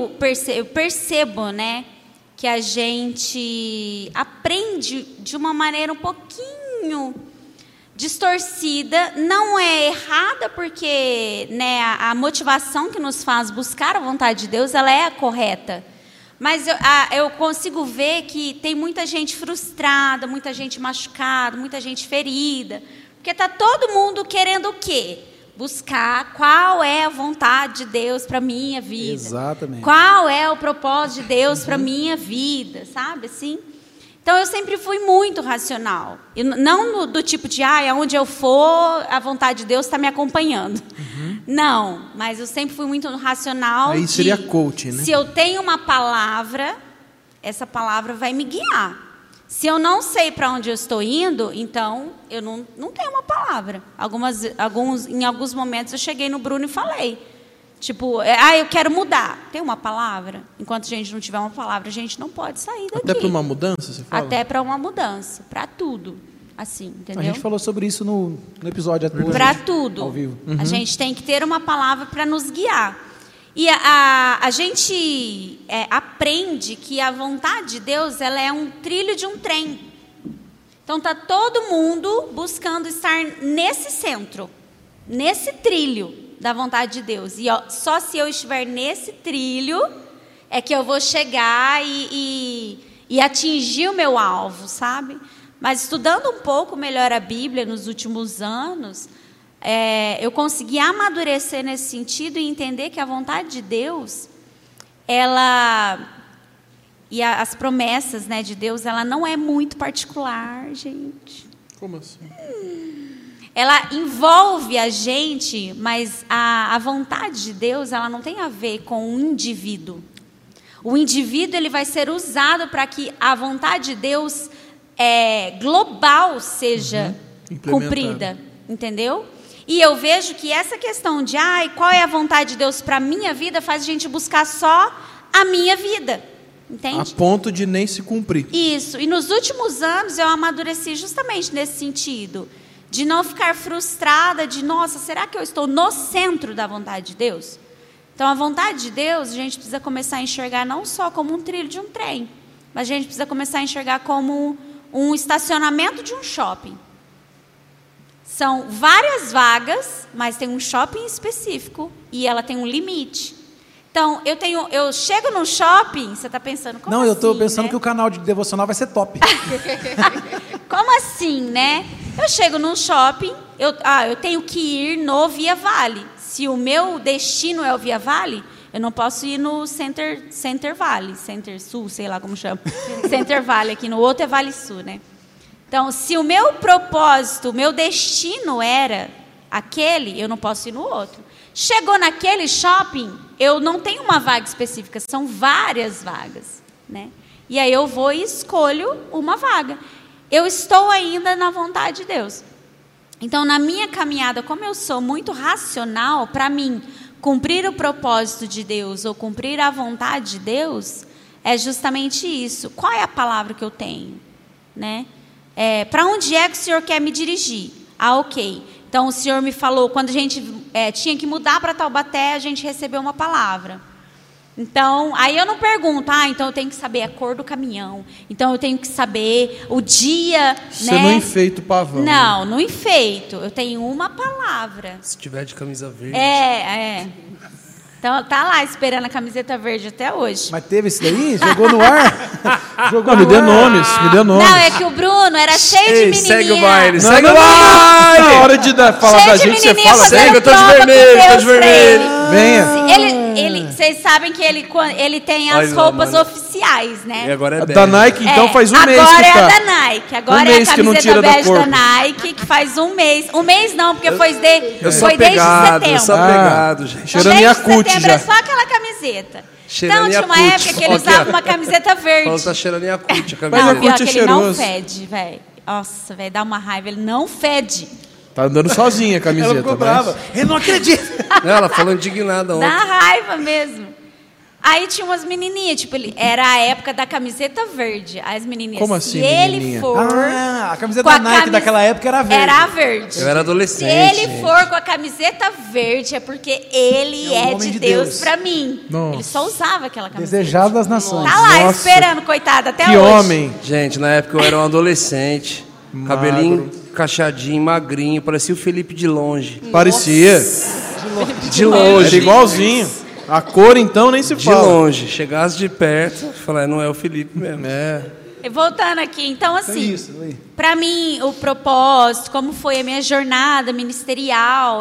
percebo, né, que a gente aprende de uma maneira um pouquinho distorcida. Não é errada, porque, né, a motivação que nos faz buscar a vontade de Deus, ela é a correta. Mas eu consigo ver que tem muita gente frustrada, muita gente machucada, muita gente ferida. Porque está todo mundo querendo o quê? Buscar qual é a vontade de Deus para a minha vida. Exatamente. Qual é o propósito de Deus para a minha vida, sabe assim? Então, eu sempre fui muito racional. E não do tipo de, aonde eu for, a vontade de Deus está me acompanhando. Não, mas eu sempre fui muito racional. Aí seria coach, né? Se eu tenho uma palavra, essa palavra vai me guiar. Se eu não sei para onde eu estou indo, então eu não tenho uma palavra. Em alguns momentos eu cheguei no Bruno e falei. Tipo, eu quero mudar. Tem uma palavra? Enquanto a gente não tiver uma palavra, a gente não pode sair daqui. Até para uma mudança, você fala? Até para uma mudança. Para tudo. Assim, entendeu? A gente falou sobre isso no episódio atual. Para tudo. Ao vivo. A gente tem que ter uma palavra para nos guiar. E a gente aprende que a vontade de Deus, ela é um trilho de um trem. Então, está todo mundo buscando estar nesse centro, nesse trilho da vontade de Deus. E só se eu estiver nesse trilho é que eu vou chegar e atingir o meu alvo, sabe? Mas estudando um pouco melhor a Bíblia nos últimos anos, eu consegui amadurecer nesse sentido e entender que a vontade de Deus, e as promessas, né, de Deus, ela não é muito particular, gente. Como assim? Ela envolve a gente, mas a vontade de Deus, ela não tem a ver com o indivíduo. O indivíduo, ele vai ser usado para que a vontade de Deus global seja cumprida, entendeu? E eu vejo que essa questão de qual é a vontade de Deus para a minha vida faz a gente buscar só a minha vida, entende? A ponto de nem se cumprir. Isso, e nos últimos anos eu amadureci justamente nesse sentido, de não ficar frustrada de, nossa, será que eu estou no centro da vontade de Deus? Então, a vontade de Deus, a gente precisa começar a enxergar não só como um trilho de um trem, mas a gente precisa começar a enxergar como um estacionamento de um shopping. São várias vagas, mas tem um shopping específico e ela tem um limite. Então, eu chego no shopping, você está pensando, como Não, assim, eu estou pensando né? que o canal de devocional vai ser top. Como assim, né? Eu chego num shopping, eu tenho que ir no Via Vale. Se o meu destino é o Via Vale, eu não posso ir no Center Vale, Center Sul, sei lá como chama. Center Vale aqui, no outro é Vale Sul, né? Então, se o meu propósito, o meu destino era aquele, eu não posso ir no outro. Chegou naquele shopping, eu não tenho uma vaga específica, são várias vagas, né? E aí eu vou e escolho uma vaga. Eu estou ainda na vontade de Deus. Então, na minha caminhada, como eu sou muito racional, para mim, cumprir o propósito de Deus ou cumprir a vontade de Deus é justamente isso. Qual é a palavra que eu tenho, né? Para onde é que o Senhor quer me dirigir? Ok. Então, o Senhor me falou, quando a gente tinha que mudar para Taubaté, a gente recebeu uma palavra. Então, aí eu não pergunto, então eu tenho que saber a cor do caminhão, então eu tenho que saber o dia, Você não enfeita o pavão. Não, não enfeito. Eu tenho uma palavra. Se tiver de camisa verde. Então, tá lá esperando a camiseta verde até hoje. Mas teve esse daí? Jogou no ar? Não, me dê nomes, me dê nomes. Não, é que o Bruno era cheio de menininha. Segue o baile, Não, segue não, o baile. Na hora de falar da gente, você fala. Segue, eu tô de vermelho, tô de vermelho. Venha. Vocês sabem que ele tem as Olha, roupas mano. oficiais, né? E agora é Da Nike, então, faz um mês agora que tá. é a da Nike. Agora é a mês que não camiseta tira do bege da corpo. Nike, que faz um mês. Um mês não, porque foi desde Eu sou setembro. apegado, gente. Cheirando Desde Yakult setembro já. é só aquela camiseta. Cheirando Então, tinha uma Yakult. época que ele Ó, aqui, usava ó. uma camiseta verde. Falando que tá cheirando Yakult a Mas camiseta. Não, Yakult pior é que ele não cheiroso. fede, velho. Nossa, velho, dá uma raiva. Ele não fede. Tá andando sozinha a camiseta. Ela ficou mas- brava. Eu não acredito. Ela falou indignada ontem. Dá raiva mesmo. Aí tinha umas menininhas, tipo, era a época da camiseta verde. Aí as menininhas, Como se assim, ele menininha? for... A camiseta com a da Nike daquela época era verde. Era a verde. Eu era Se adolescente. ele gente. for com a camiseta verde, é porque ele É um é homem de de Deus Deus. pra mim. Nossa. Ele só usava aquela camiseta. Desejado das nações. Tá lá, Nossa. esperando, coitado, até Que hoje. homem. Gente, na época eu era um adolescente. Magro. Cabelinho cacheadinho, magrinho. Parecia o Felipe de longe. Parecia. De Era longe. igualzinho. A cor, então, nem se De fala. longe. Chegasse de perto, falar, não é o Felipe mesmo. E voltando aqui, então assim, isso, aí. para mim o propósito, como foi a minha jornada ministerial,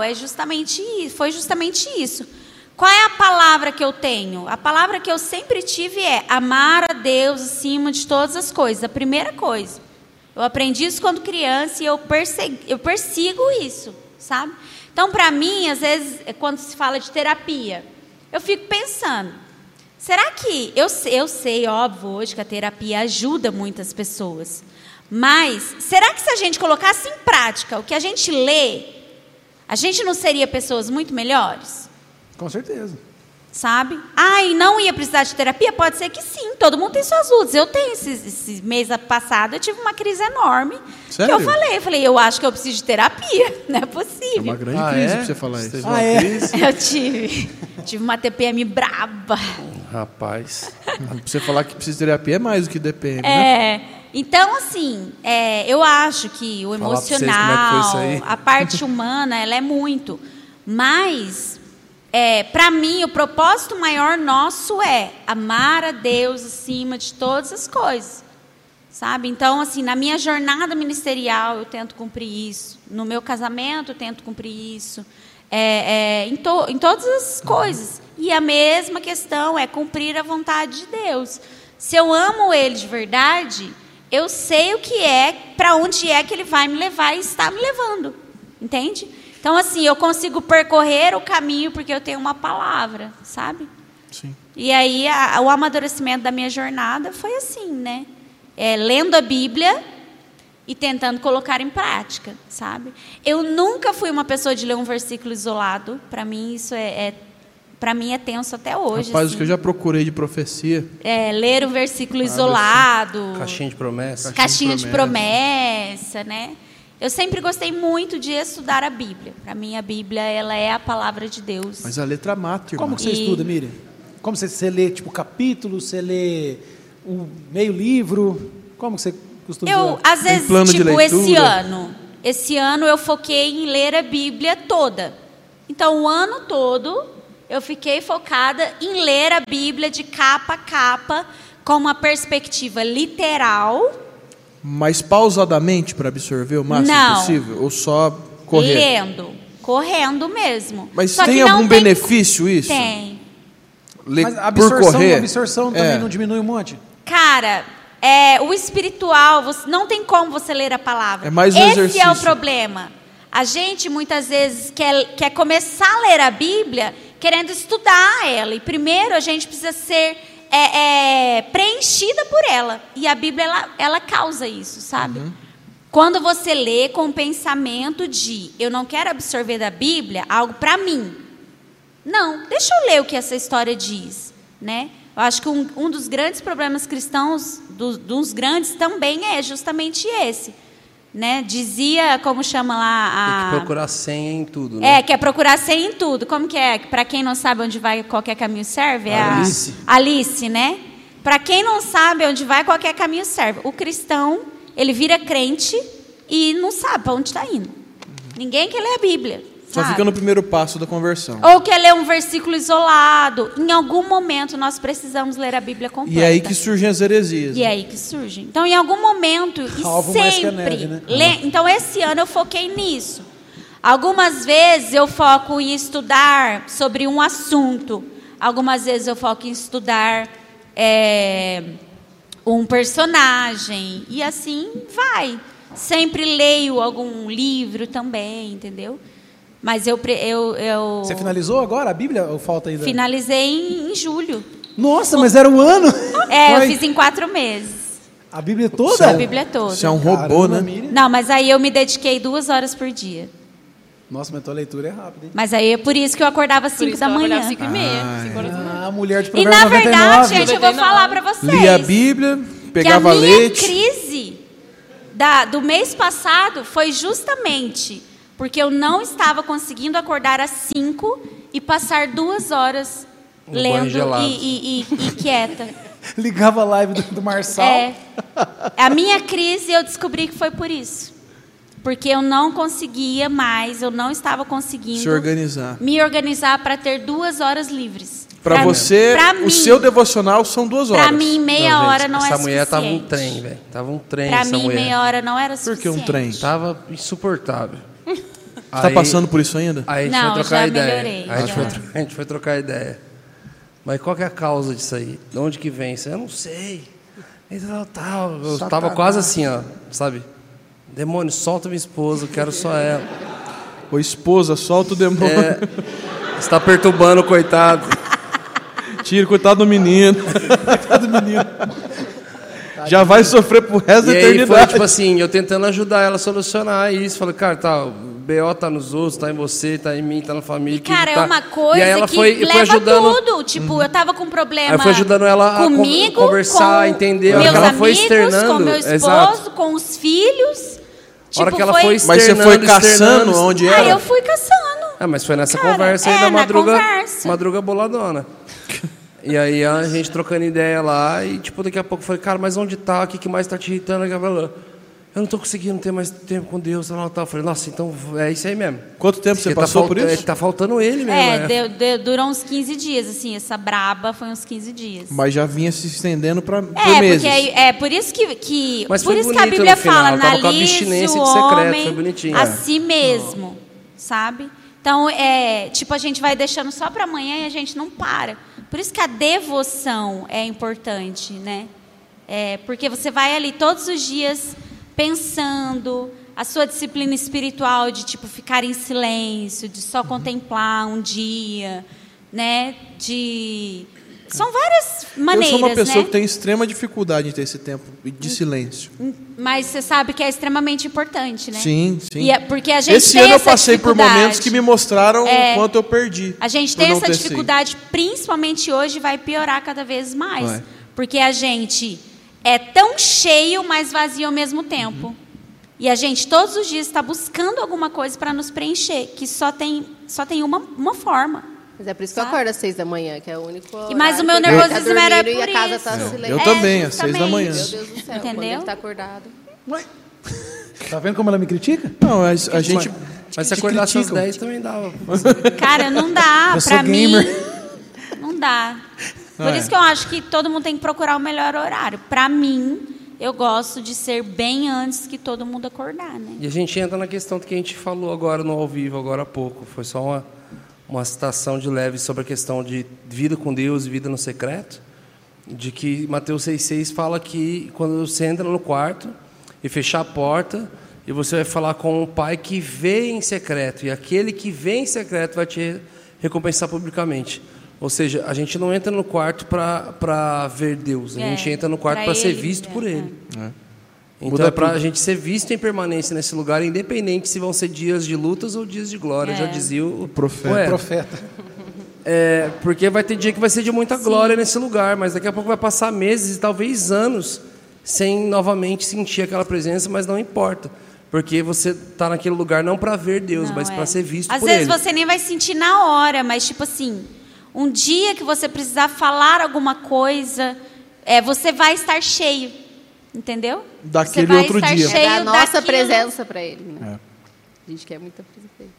foi justamente isso. Qual é a palavra que eu tenho? A palavra que eu sempre tive é amar a Deus acima de todas as coisas. A primeira coisa. Eu aprendi isso quando criança e eu persigo isso, sabe? Então, para mim, às vezes, quando se fala de terapia, eu fico pensando, será que... Eu sei, óbvio, hoje que a terapia ajuda muitas pessoas. Mas, será que se a gente colocasse em prática o que a gente lê, a gente não seria pessoas muito melhores? Com certeza. Sabe? E não ia precisar de terapia? Pode ser que sim, todo mundo tem suas lutas. Eu tenho, esse mês passado, eu tive uma crise enorme. Sério? Que eu falei, eu acho que eu preciso de terapia. Não é possível. É uma grande crise pra você falar isso. Teve uma crise? Eu tive uma TPM braba. Rapaz. Pra você falar que precisa de terapia é mais do que DPM, né? Então, assim, eu acho que o Falar pra vocês emocional, como é que foi isso aí. a parte humana, ela é muito. Mas, para mim, o propósito maior nosso é amar a Deus acima de todas as coisas. Sabe? Então, assim, na minha jornada ministerial, eu tento cumprir isso. No meu casamento, eu tento cumprir isso. Em todas as coisas. E a mesma questão é cumprir a vontade de Deus. Se eu amo Ele de verdade, eu sei o que é, para onde é que Ele vai me levar e está me levando. Entende? Então, assim, eu consigo percorrer o caminho porque eu tenho uma palavra, sabe? Sim. E aí, o amadurecimento da minha jornada foi assim, né? Lendo a Bíblia e tentando colocar em prática, sabe? Eu nunca fui uma pessoa de ler um versículo isolado. Para mim, isso para mim é tenso até hoje. Rapaz, assim. o que eu já procurei de profecia. Ler um versículo isolado. Caixinha de promessa. Caixinha de promessa, né? Eu sempre gostei muito de estudar a Bíblia. Para mim, a Bíblia ela é a palavra de Deus. Mas a letra mata, irmão. Como que você estuda, Miriam? Como você lê, tipo, capítulo? Você lê o meio livro? Como que você costuma Eu, às Tem vezes, plano de tipo, leitura? esse ano eu foquei em ler a Bíblia toda. Então, o ano todo, eu fiquei focada em ler a Bíblia de capa a capa, com uma perspectiva literal, Mas pausadamente para absorver o máximo Não. possível? Ou só correr? Lendo. Correndo mesmo. Mas Só tem que não algum benefício isso? Tem. Ler Mas a por correr? absorção também não diminui um monte? Cara, o espiritual, não tem como você ler a palavra. É mais um Esse exercício. é o problema. A gente, muitas vezes, quer começar a ler a Bíblia querendo estudar ela. E primeiro a gente precisa ser preenchida por ela. E a Bíblia, ela causa isso, sabe? Quando você lê com o pensamento de eu não quero absorver da Bíblia algo para mim. Não, deixa eu ler o que essa história diz, né? Eu acho que um dos grandes problemas cristãos, dos grandes também é justamente esse, né? Dizia, como chama lá Tem que procurar senha em tudo, né? quer procurar senha em tudo. Como que é? Para quem não sabe onde vai, qualquer caminho serve? É Alice. Alice, né? Para quem não sabe onde vai, qualquer caminho serve. O cristão, ele vira crente e não sabe para onde está indo. Ninguém quer ler a Bíblia. Só sabe? fica no primeiro passo da conversão. Ou quer ler um versículo isolado. Em algum momento nós precisamos ler a Bíblia completa. E é aí que surgem as heresias. E é aí que surge. Então, em algum momento, e Alvo mais que a sempre. neve, né? Então, esse ano eu foquei nisso. Algumas vezes eu foco em estudar sobre um assunto. Algumas vezes eu foco em estudar um personagem. E assim vai. Sempre leio algum livro também, entendeu? Mas Você finalizou agora a Bíblia ou falta ainda? finalizei em julho. Nossa, mas era um ano? Eu Foi. fiz em 4 meses. A Bíblia toda? A Bíblia toda. Você é um robô, Caramba, né? Miriam. Não, mas aí eu me dediquei 2 horas por dia. Nossa, mas tua leitura é rápida, hein? Mas aí é por isso que eu acordava às Por 5 isso da que eu manhã. acordava 5h30, 5 horas da manhã. Ah, mulher de E provérbio na 99. verdade, gente, eu vou 99. falar pra vocês. Lia a Bíblia, que pegava a minha leite. crise do mês passado foi justamente porque eu não estava conseguindo acordar às 5 e passar 2 horas No banho lendo gelado. e quieta. Ligava a live do Marçal. A minha crise eu descobri que foi por isso. Porque eu não conseguia mais, eu não estava conseguindo Se organizar. me organizar para ter 2 horas livres. Pra você, pra o mim, seu devocional são 2 horas. Pra mim, meia Não, hora gente, não é essa mulher tava um suficiente. trem, velho. Tava um trem Pra essa mim, mulher. meia hora não era Por suficiente. que um trem? Tava insuportável. Você tá passando por isso ainda? Aí a gente Não, foi trocar já ideia. melhorei, Aí já. a gente foi trocar ideia. Mas qual que é a causa disso aí? De onde que vem isso? Eu não sei. Eu Satanás. tava quase assim, ó, sabe? Demônio, solta minha esposa, eu quero só ela. Ô esposa, solta o demônio. Você tá perturbando o coitado. Tira, coitado do menino. Já vai sofrer pro resto E da aí foi eternidade. tipo assim, eu tentando ajudar ela a solucionar isso. Falei, cara, tá, o BO tá nos outros, tá em você, tá em mim, tá na família. E, cara, tá... é uma coisa e aí ela que foi leva ajudando. tudo. Tipo, eu tava com um problema Aí eu fui ajudando ela a comigo, conversar, com entender. meus A hora que ela foi amigos, externando, com meu esposo, exato. com os filhos. A hora Tipo, que ela foi Mas você externando, foi caçando externando. onde Aí era? eu fui caçando. Mas foi nessa Cara, conversa aí da na madruga, conversa. madruga boladona. E aí a gente trocando ideia lá e tipo daqui a pouco eu falei, cara, mas onde tá? O que mais tá te irritando? Ela falou, eu não tô conseguindo ter mais tempo com Deus. Tal. Eu falei, nossa, então é isso aí mesmo. Quanto tempo você Porque passou tá por isso? Tá faltando ele mesmo. Durou uns 15 dias, assim, essa braba foi uns 15 dias. Mas já vinha se estendendo por É, meses. porque aí, por isso que Mas por foi isso que a bonito Bíblia no final, fala, ela tava com a analise abstinência o de secreto, homem foi bonitinho. a É. si mesmo, sabe? Então, tipo, a gente vai deixando só para amanhã e a gente não para. Por isso que a devoção é importante, né? Porque você vai ali todos os dias pensando, a sua disciplina espiritual de, tipo, ficar em silêncio, de só contemplar um dia, né? São várias maneiras, Eu sou uma pessoa né? que tem extrema dificuldade em ter esse tempo de silêncio. Mas você sabe que é extremamente importante, né? Sim, sim. E porque a gente Esse tem ano eu essa passei por dificuldade. momentos que me mostraram o quanto eu perdi. A gente por tem não essa ter dificuldade, principalmente hoje, vai piorar cada vez mais. Vai. Porque a gente é tão cheio, mas vazio ao mesmo tempo. E a gente todos os dias está buscando alguma coisa para nos preencher, que só tem uma forma. Mas é por isso que eu Sabe? acordo às 6 da manhã, que é o único E mas horário o meu que eu nervosismo tá era dormindo por e a casa isso. tá Eu silêncio. também, às 6 da justamente. manhã. Meu Deus do céu, quando Entendeu? ele tá acordado. Tá vendo como ela me critica? Não, a gente... Mas se te acordasse às criticam. 10 também dava. Cara, não dá. Eu sou Pra mim, gamer. não dá. Por isso que eu acho que todo mundo tem que procurar o melhor horário. Pra mim, eu gosto de ser bem antes que todo mundo acordar, né? E a gente entra na questão que a gente falou agora no ao vivo, agora há pouco. Foi só uma citação de leve sobre a questão de vida com Deus e vida no secreto, de que Mateus 6,6 fala que quando você entra no quarto e fechar a porta, e você vai falar com o Pai que vê em secreto, e aquele que vê em secreto vai te recompensar publicamente. Ou seja, a gente não entra no quarto para ver Deus, a gente entra no quarto para ser visto por Ele. Então é para a gente ser visto em permanência nesse lugar, independente se vão ser dias de lutas ou dias de glória, já dizia o Profeta. Porque vai ter dia que vai ser de muita glória nesse lugar, mas daqui a pouco vai passar meses e talvez anos sem novamente sentir aquela presença, mas não importa. Porque você está naquele lugar não para ver Deus, mas para ser visto por Ele. Às vezes você nem vai sentir na hora, mas tipo assim, um dia que você precisar falar alguma coisa, você vai estar cheio, entendeu? Daquele outro dia. Cheio É da nossa daquilo. presença para Ele. Né? A gente quer muita presença dele.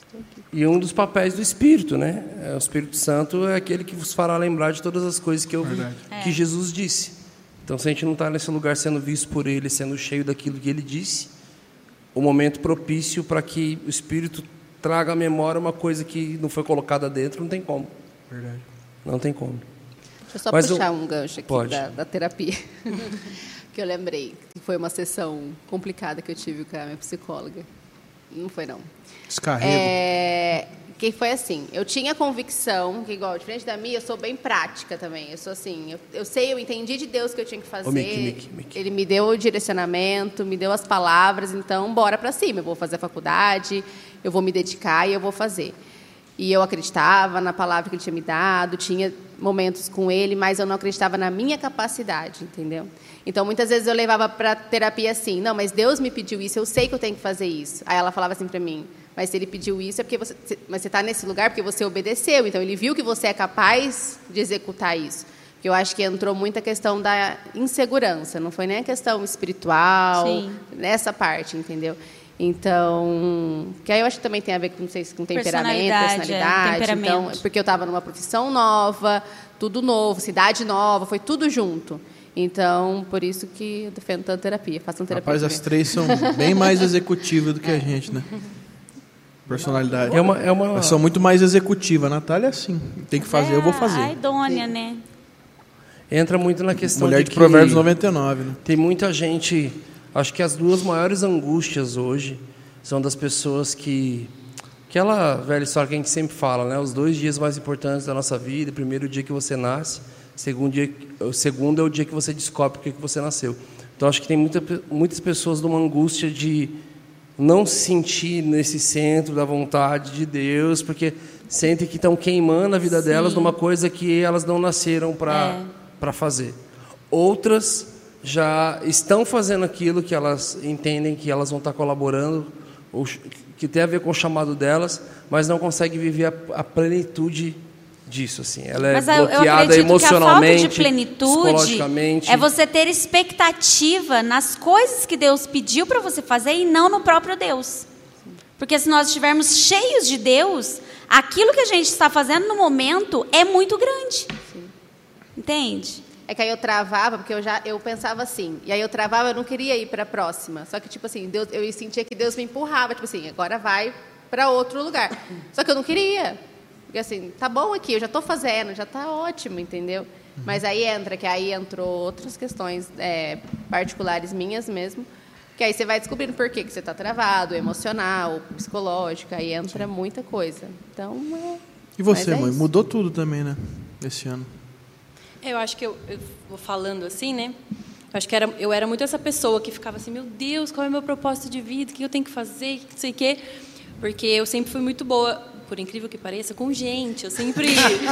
E um dos papéis do Espírito, né? O Espírito Santo é aquele que vos fará lembrar de todas as coisas que Jesus disse. Então, se a gente não está nesse lugar sendo visto por Ele, sendo cheio daquilo que Ele disse, o momento propício para que o Espírito traga à memória uma coisa que não foi colocada dentro, não tem como. Verdade. Não tem como. Deixa eu só Mas puxar um gancho aqui Pode. da terapia. Que eu lembrei que foi uma sessão complicada que eu tive com a minha psicóloga. Não foi, não. Descarrego. Que foi assim, eu tinha convicção, que igual, diferente da minha, eu sou bem prática também. Eu sou assim, eu sei, eu entendi de Deus o que eu tinha que fazer. Mickey. Ele me deu o direcionamento, me deu as palavras, então bora pra cima. Eu vou fazer a faculdade, eu vou me dedicar e eu vou fazer. E eu acreditava na palavra que ele tinha me dado, tinha momentos com ele, mas eu não acreditava na minha capacidade, entendeu? Então, muitas vezes eu levava para terapia assim, não, mas Deus me pediu isso, eu sei que eu tenho que fazer isso. Aí ela falava assim para mim, mas se ele pediu isso é porque você está nesse lugar porque você obedeceu, então ele viu que você é capaz de executar isso. Porque eu acho que entrou muita questão da insegurança, não foi nem a questão espiritual, nessa parte, entendeu? Então, que aí eu acho que também tem a ver com, não sei, com temperamento, personalidade. Então, porque eu estava numa profissão nova, tudo novo, cidade nova, foi tudo junto. Então, por isso que eu defendo tanto terapia, façam terapia. Rapaz, as três são bem mais executivas do que a gente, né? Personalidade. Elas são muito mais executivas. A Natália é assim, tem que fazer, eu vou fazer. A idônea, né? Entra muito na questão Mulher de Provérbios 99, né? Tem muita gente... Acho que as duas maiores angústias hoje são das pessoas que... Aquela velha história que a gente sempre fala, né? Os 2 dias mais importantes da nossa vida. Primeiro, o dia que você nasce. O segundo é o dia que você descobre por que você nasceu. Então, acho que tem muitas pessoas numa angústia de não se sentir nesse centro da vontade de Deus, porque sentem que estão queimando a vida delas numa coisa que elas não nasceram para fazer. Outras já estão fazendo aquilo que elas entendem que elas vão estar colaborando, ou que tem a ver com o chamado delas, mas não conseguem viver a plenitude disso, assim. Ela é bloqueada emocionalmente, que a falta de plenitude é você ter expectativa nas coisas que Deus pediu para você fazer e não no próprio Deus. Porque se nós estivermos cheios de Deus, aquilo que a gente está fazendo no momento é muito grande. Entende? É que aí eu travava, porque eu pensava assim, e aí eu travava, eu não queria ir para a próxima. Só que, tipo assim, eu sentia que Deus me empurrava, tipo assim, agora vai para outro lugar. Só que eu não queria. Porque assim, tá bom aqui, eu já estou fazendo, já está ótimo, entendeu? Mas aí entrou outras questões particulares minhas mesmo, que aí você vai descobrindo por que você está travado, emocional, psicológico, aí entra muita coisa. Então, E você, mãe? Mudou tudo também, né? Esse ano. Eu acho que eu vou falando assim, né? Eu acho que eu era muito essa pessoa que ficava assim, meu Deus, qual é o meu propósito de vida? O que eu tenho que fazer? Não sei o quê. Porque eu sempre fui muito boa, por incrível que pareça, com gente. Eu sempre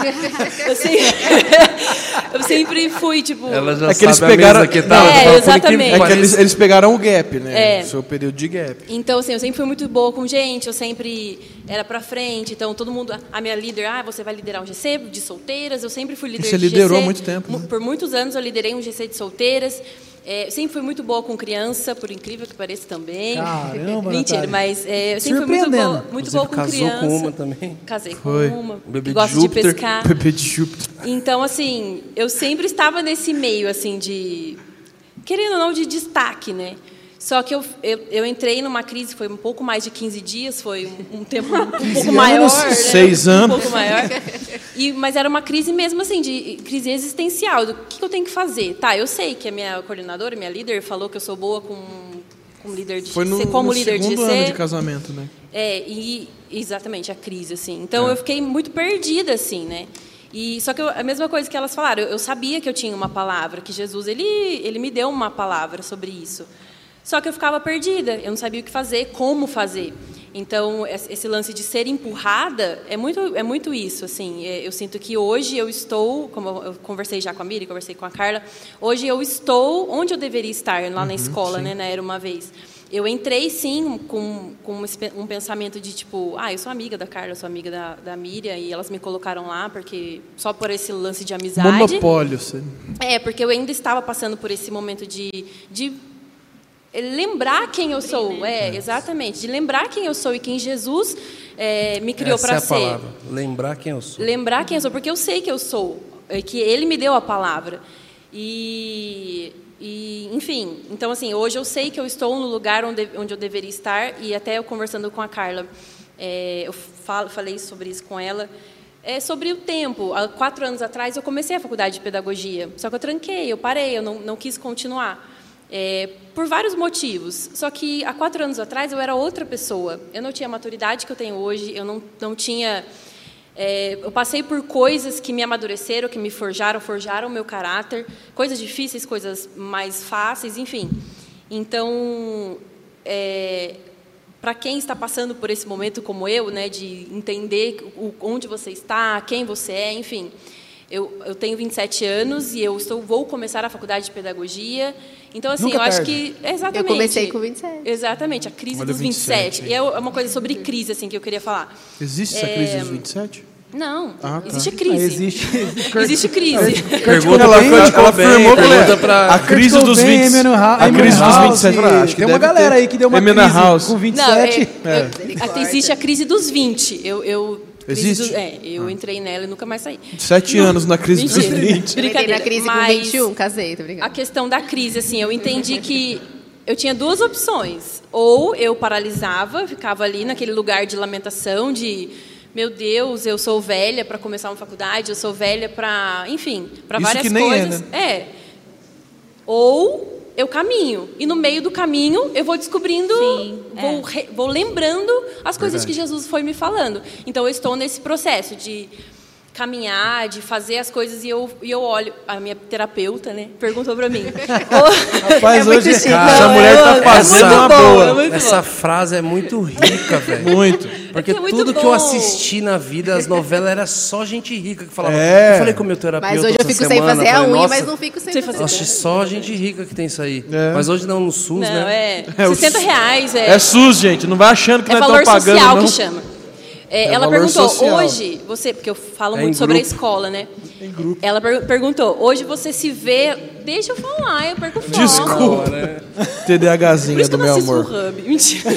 fui, tipo... Ela já que eles sabe pegaram, a mesa que tá. Exatamente. Eles pegaram o gap, né? O seu período de gap. Então, assim, eu sempre fui muito boa com gente, eu sempre era pra frente. Então, todo mundo... A minha líder, você vai liderar um GC de solteiras. Eu sempre fui líder de GC. Você liderou há muito tempo, né? Por muitos anos eu liderei um GC de solteiras. Eu sempre fui muito boa com criança, por incrível que pareça também. Caramba, mentira, Natália. mas eu sempre fui muito boa com criança. Casou com uma também. Casei com Foi. uma, Bebê que de gosta de Júpiter. pescar. Bebê de Júpiter. Então, assim, eu sempre estava nesse meio, assim, de querendo ou não, de destaque, né? Só que eu entrei numa crise, foi um pouco mais de 15 dias, foi um tempo um pouco maior. 6 né? anos. Um pouco maior. Mas era uma crise mesmo assim, de crise existencial, do que eu tenho que fazer. Tá, eu sei que a minha coordenadora, minha líder, falou que eu sou boa como líder de Foi no, como no líder segundo de ano GC. de casamento, né? Exatamente, a crise, assim. Então, eu fiquei muito perdida, assim, né? Só que a mesma coisa que elas falaram, eu sabia que eu tinha uma palavra, que Jesus, ele me deu uma palavra sobre isso. Só que eu ficava perdida, eu não sabia o que fazer, como fazer. Então, esse lance de ser empurrada é muito isso, assim. Eu sinto que hoje eu estou, como eu conversei já com a Miri, conversei com a Carla, hoje eu estou onde eu deveria estar, lá na escola, né, na Era Uma Vez. Eu entrei, sim, com um pensamento de, tipo, eu sou amiga da Carla, sou amiga da Miriam, e elas me colocaram lá, porque só por esse lance de amizade. Monopólio, sim. Porque eu ainda estava passando por esse momento de lembrar quem eu sou. Exatamente, de lembrar quem eu sou e quem Jesus me criou para ser. Essa é a palavra, lembrar quem eu sou. Lembrar quem eu sou, porque eu sei que eu sou, que Ele me deu a palavra. Enfim, então assim, hoje eu sei que eu estou no lugar onde eu deveria estar, e até eu conversando com a Carla, eu falei sobre isso com ela, sobre o tempo. Há 4 anos atrás eu comecei a faculdade de pedagogia, só que eu tranquei, eu parei, eu não quis continuar, por vários motivos. Só que há 4 anos atrás eu era outra pessoa, eu não tinha a maturidade que eu tenho hoje, eu não tinha... eu passei por coisas que me amadureceram, que me forjaram o meu caráter, coisas difíceis, coisas mais fáceis, enfim. Então, para quem está passando por esse momento como eu, né, de entender onde você está, quem você é, enfim. Eu tenho 27 anos e vou começar a faculdade de pedagogia. Então, assim, eu acho que... Exatamente. Eu comecei com 27. Exatamente, a crise dos 27. E é uma coisa sobre crise, assim, que eu queria falar. Existe essa crise dos 27? Não, tá. existe crise. Existe crise. Pergunta ela afirmou a crise dos 27. Acho que tem uma galera aí que deu uma crise com 27. Existe a crise dos 20. Existe? Eu entrei nela e nunca mais saí. 7 anos na crise dos 20. Eu entrei na crise com 21, casei, tô brincando. A questão da crise, assim, eu entendi que eu tinha 2 opções. Ou eu paralisava, ficava ali naquele lugar de lamentação, de... Meu Deus, eu sou velha para começar uma faculdade, eu sou velha para, enfim, para várias que nem coisas. né? Ou eu caminho. E no meio do caminho eu vou descobrindo, vou lembrando as coisas que Jesus foi me falando. Então eu estou nesse processo de caminhar, de fazer as coisas, e eu olho, a minha terapeuta, né, perguntou para mim. Rapaz, hoje essa mulher tá fazendo uma boa. Essa frase é muito rica, velho. Muito. Porque muito tudo bom. que eu assisti na vida, as novelas, era só gente rica que falava. É. Eu falei com o meu terapeuta Mas hoje eu fico sem fazer a unha, mas não fico sem fazer. Acho só gente rica que tem isso aí. Mas hoje não, no SUS, Não, né? R$60. É SUS, gente. Não vai achando que nós valor estamos pagando, social não. que chama. Ela valor perguntou, social. hoje, porque eu falo muito sobre a escola, né? Ela perguntou, hoje você se vê... Deixa eu falar, eu perco foco. Desculpa. Né? TDAHzinha do Por isso que eu meu não assisto amor. o Hub. Mentira.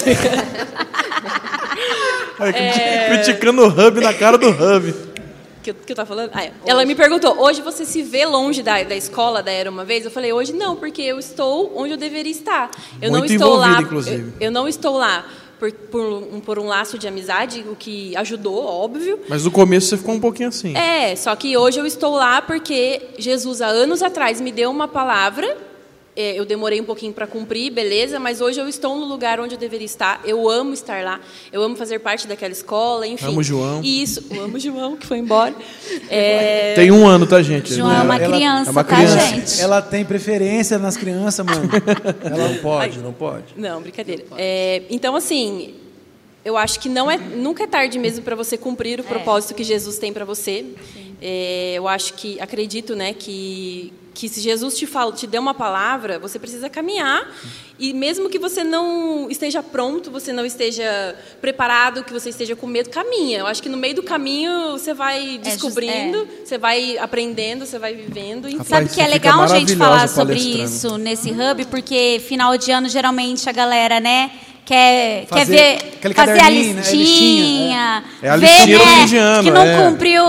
Criticando o Hub na cara do Hub. Que eu tava falando? Ela me perguntou, hoje você se vê longe da escola da Era Uma Vez? Eu falei, hoje não, porque eu estou onde eu deveria estar. Eu Muito não estou lá, envolvida, inclusive. eu não estou lá por um laço de amizade, o que ajudou, óbvio. Mas no começo você ficou um pouquinho assim. Só que hoje eu estou lá porque Jesus, há anos atrás, me deu uma palavra. Eu demorei um pouquinho para cumprir, beleza, mas hoje eu estou no lugar onde eu deveria estar. Eu amo estar lá, eu amo fazer parte daquela escola, enfim. Amo o João. Eu amo o João, que foi embora. Tem 1 ano, tá, gente? João é uma criança, é uma tá, criança. gente? Ela tem preferência nas crianças, mano. Ela não pode, não pode. Não, brincadeira. Então, assim, eu acho que nunca é tarde mesmo para você cumprir o propósito que Jesus tem para você. Eu acredito, né, que se Jesus te der uma palavra, você precisa caminhar, e mesmo que você não esteja pronto, você não esteja preparado, que você esteja com medo, caminha. Eu acho que no meio do caminho você vai descobrindo, você vai aprendendo, você vai vivendo. Rapaz, Sabe que é você fica legal a gente maravilhosa falar sobre palestrando. isso nesse Hub, porque final de ano, geralmente, a galera, né, quer Fazer ver, aquele fazer a caderninho, né? listinha, É a ver, listinha do né, fim de ano, que não é. cumpriu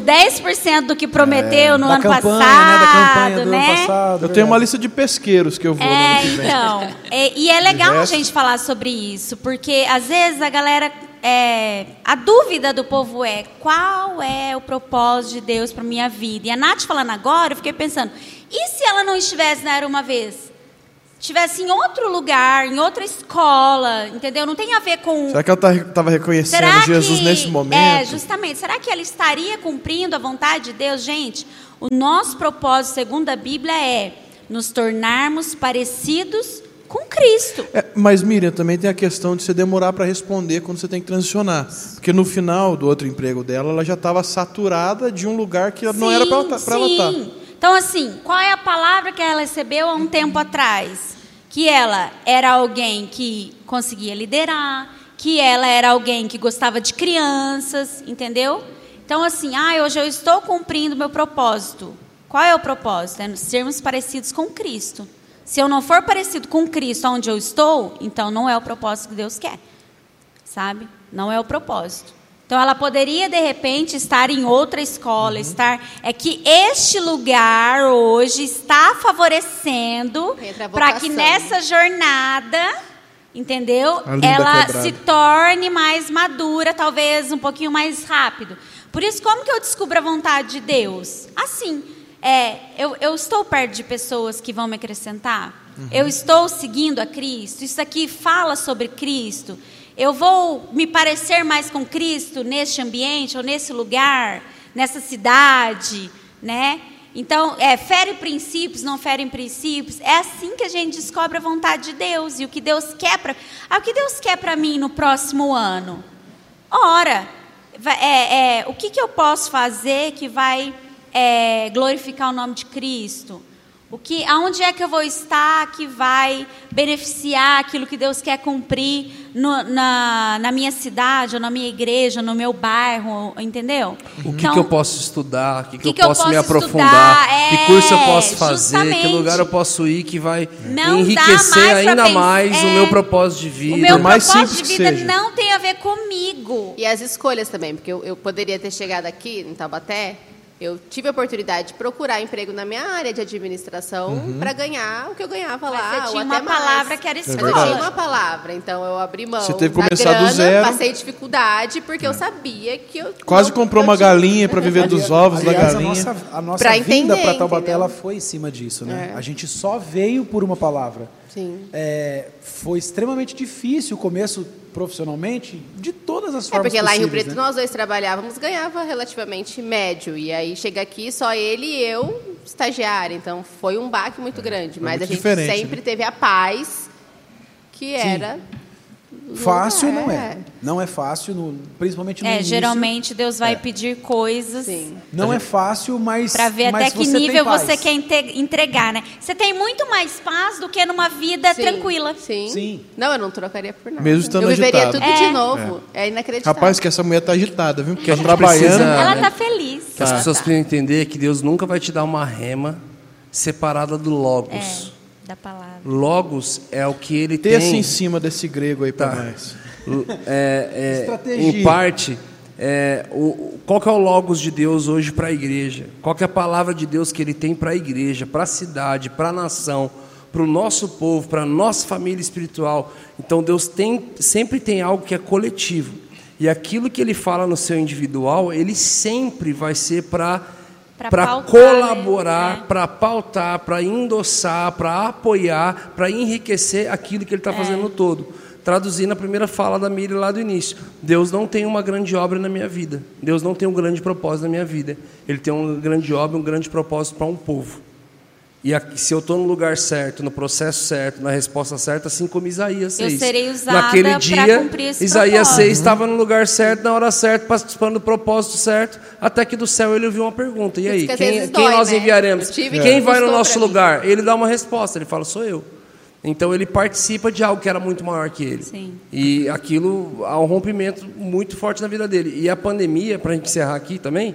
10% do que prometeu no Da ano campanha, passado, né? Da campanha do né? ano passado. Eu tenho uma lista de pesqueiros que eu vou no ano que vem. Então, e é legal a resto- gente falar sobre isso, porque às vezes a galera, a dúvida do povo é, qual é o propósito de Deus para minha vida? E a Nath falando agora, eu fiquei pensando, e se ela não estivesse na Era Uma Vez? Estivesse em outro lugar, em outra escola, entendeu? Não tem a ver com... Será que ela estava reconhecendo Será Jesus que, nesse momento? Justamente. Será que ela estaria cumprindo a vontade de Deus? Gente, o nosso propósito, segundo a Bíblia, é nos tornarmos parecidos com Cristo. Mas, Miriam, também tem a questão de você demorar para responder quando você tem que transicionar. Porque no final do outro emprego dela, ela já estava saturada de um lugar que não era para ela estar. Então, assim, qual é a palavra que ela recebeu há um tempo atrás? Que ela era alguém que conseguia liderar, que ela era alguém que gostava de crianças, entendeu? Então, assim, hoje eu estou cumprindo meu propósito. Qual é o propósito? É sermos parecidos com Cristo. Se eu não for parecido com Cristo onde eu estou, então não é o propósito que Deus quer, sabe? Não é o propósito. Então, ela poderia, de repente, estar em outra escola, é que este lugar hoje está favorecendo para que nessa jornada, entendeu? Ela se torne mais madura, talvez um pouquinho mais rápido. Por isso, como que eu descubro a vontade de Deus? Assim, eu estou perto de pessoas que vão me acrescentar, eu estou seguindo a Cristo, isso aqui fala sobre Cristo. Eu vou me parecer mais com Cristo neste ambiente ou nesse lugar, nessa cidade, né? Então, fere princípios, não fere princípios. É assim que a gente descobre a vontade de Deus e o que Deus quer para... o que Deus quer para mim no próximo ano? Ora, o que eu posso fazer que vai glorificar o nome de Cristo? Aonde é que eu vou estar que vai beneficiar aquilo que Deus quer cumprir na minha cidade, ou na minha igreja, no meu bairro, entendeu? O que eu posso estudar, o que eu posso me aprofundar, que curso eu posso fazer, que lugar eu posso ir que vai enriquecer ainda mais o meu propósito de vida. O meu mais propósito simples de que vida seja. não tem a ver comigo. E as escolhas também, porque eu poderia ter chegado aqui, em Taubaté, eu tive a oportunidade de procurar emprego na minha área de administração para ganhar o que eu ganhava lá. Mas você tinha ou uma até mais. palavra que era Mas eu escola. tinha uma palavra, então eu abri mão. Você teve que da começar do grana, zero. Passei dificuldade, porque eu sabia que eu... Quase não- comprou eu uma tinha- galinha para viver dos ovos da Aliás, galinha. a nossa Pra vinda entender, para Taubaté entendeu? ela foi em cima disso, né? A gente só veio por uma palavra. Sim. Foi extremamente difícil o começo profissionalmente de todas as formas Porque lá em Rio possíveis, Preto né? nós dois trabalhávamos, ganhava relativamente médio. E aí chega aqui só ele e eu, estagiária. Então foi um baque muito grande. Mas muito a gente diferente, sempre teve a paz que era... Fácil lugar. não é. Não é fácil, principalmente no início. Geralmente Deus vai pedir coisas Sim. Não é fácil, mas para ver mas até que você tem nível paz. você quer entregar, né? Você tem muito mais paz do que numa vida Sim, tranquila. Sim. Sim. Não, eu não trocaria por nada. Mesmo estando eu viveria agitado. tudo de novo. É inacreditável. Rapaz, que essa mulher tá agitada, viu? Porque a tá gente trabalhando. precisa- Ela né? tá feliz. Que as pessoas precisam entender que Deus nunca vai te dar uma rema separada do Logos. Da palavra. Logos é o que ele Texto tem. em cima desse grego aí para Tá. nós. Estratégia. Em parte, qual que é o Logos de Deus hoje para a igreja? Qual que é a palavra de Deus que ele tem para a igreja, para a cidade, para a nação, para o nosso povo, para a nossa família espiritual? Então Deus sempre tem algo que é coletivo. E aquilo que ele fala no seu individual, ele sempre vai ser para pautar, colaborar, né? para pautar, para endossar, para apoiar, para enriquecer aquilo que ele está fazendo no todo. Traduzindo a primeira fala da Miriam lá do início. Deus não tem uma grande obra na minha vida. Deus não tem um grande propósito na minha vida. Ele tem uma grande obra, um grande propósito para um povo. E aqui, se eu estou no lugar certo, no processo certo, na resposta certa, assim como Isaías 6. Eu serei usada Naquele pra dia, cumprir esse Isaías propósito. 6 estava no lugar certo, na hora certa, participando do propósito certo, até que do céu ele ouviu uma pergunta. E aí, Isso que às quem vezes dói, nós né? enviaremos? Eu tive Quem que vai no custou nosso pra mim. lugar? Ele dá uma resposta, ele fala, sou eu. Então ele participa de algo que era muito maior que ele. Sim. E aquilo há um rompimento muito forte na vida dele. E a pandemia, para a gente encerrar aqui também,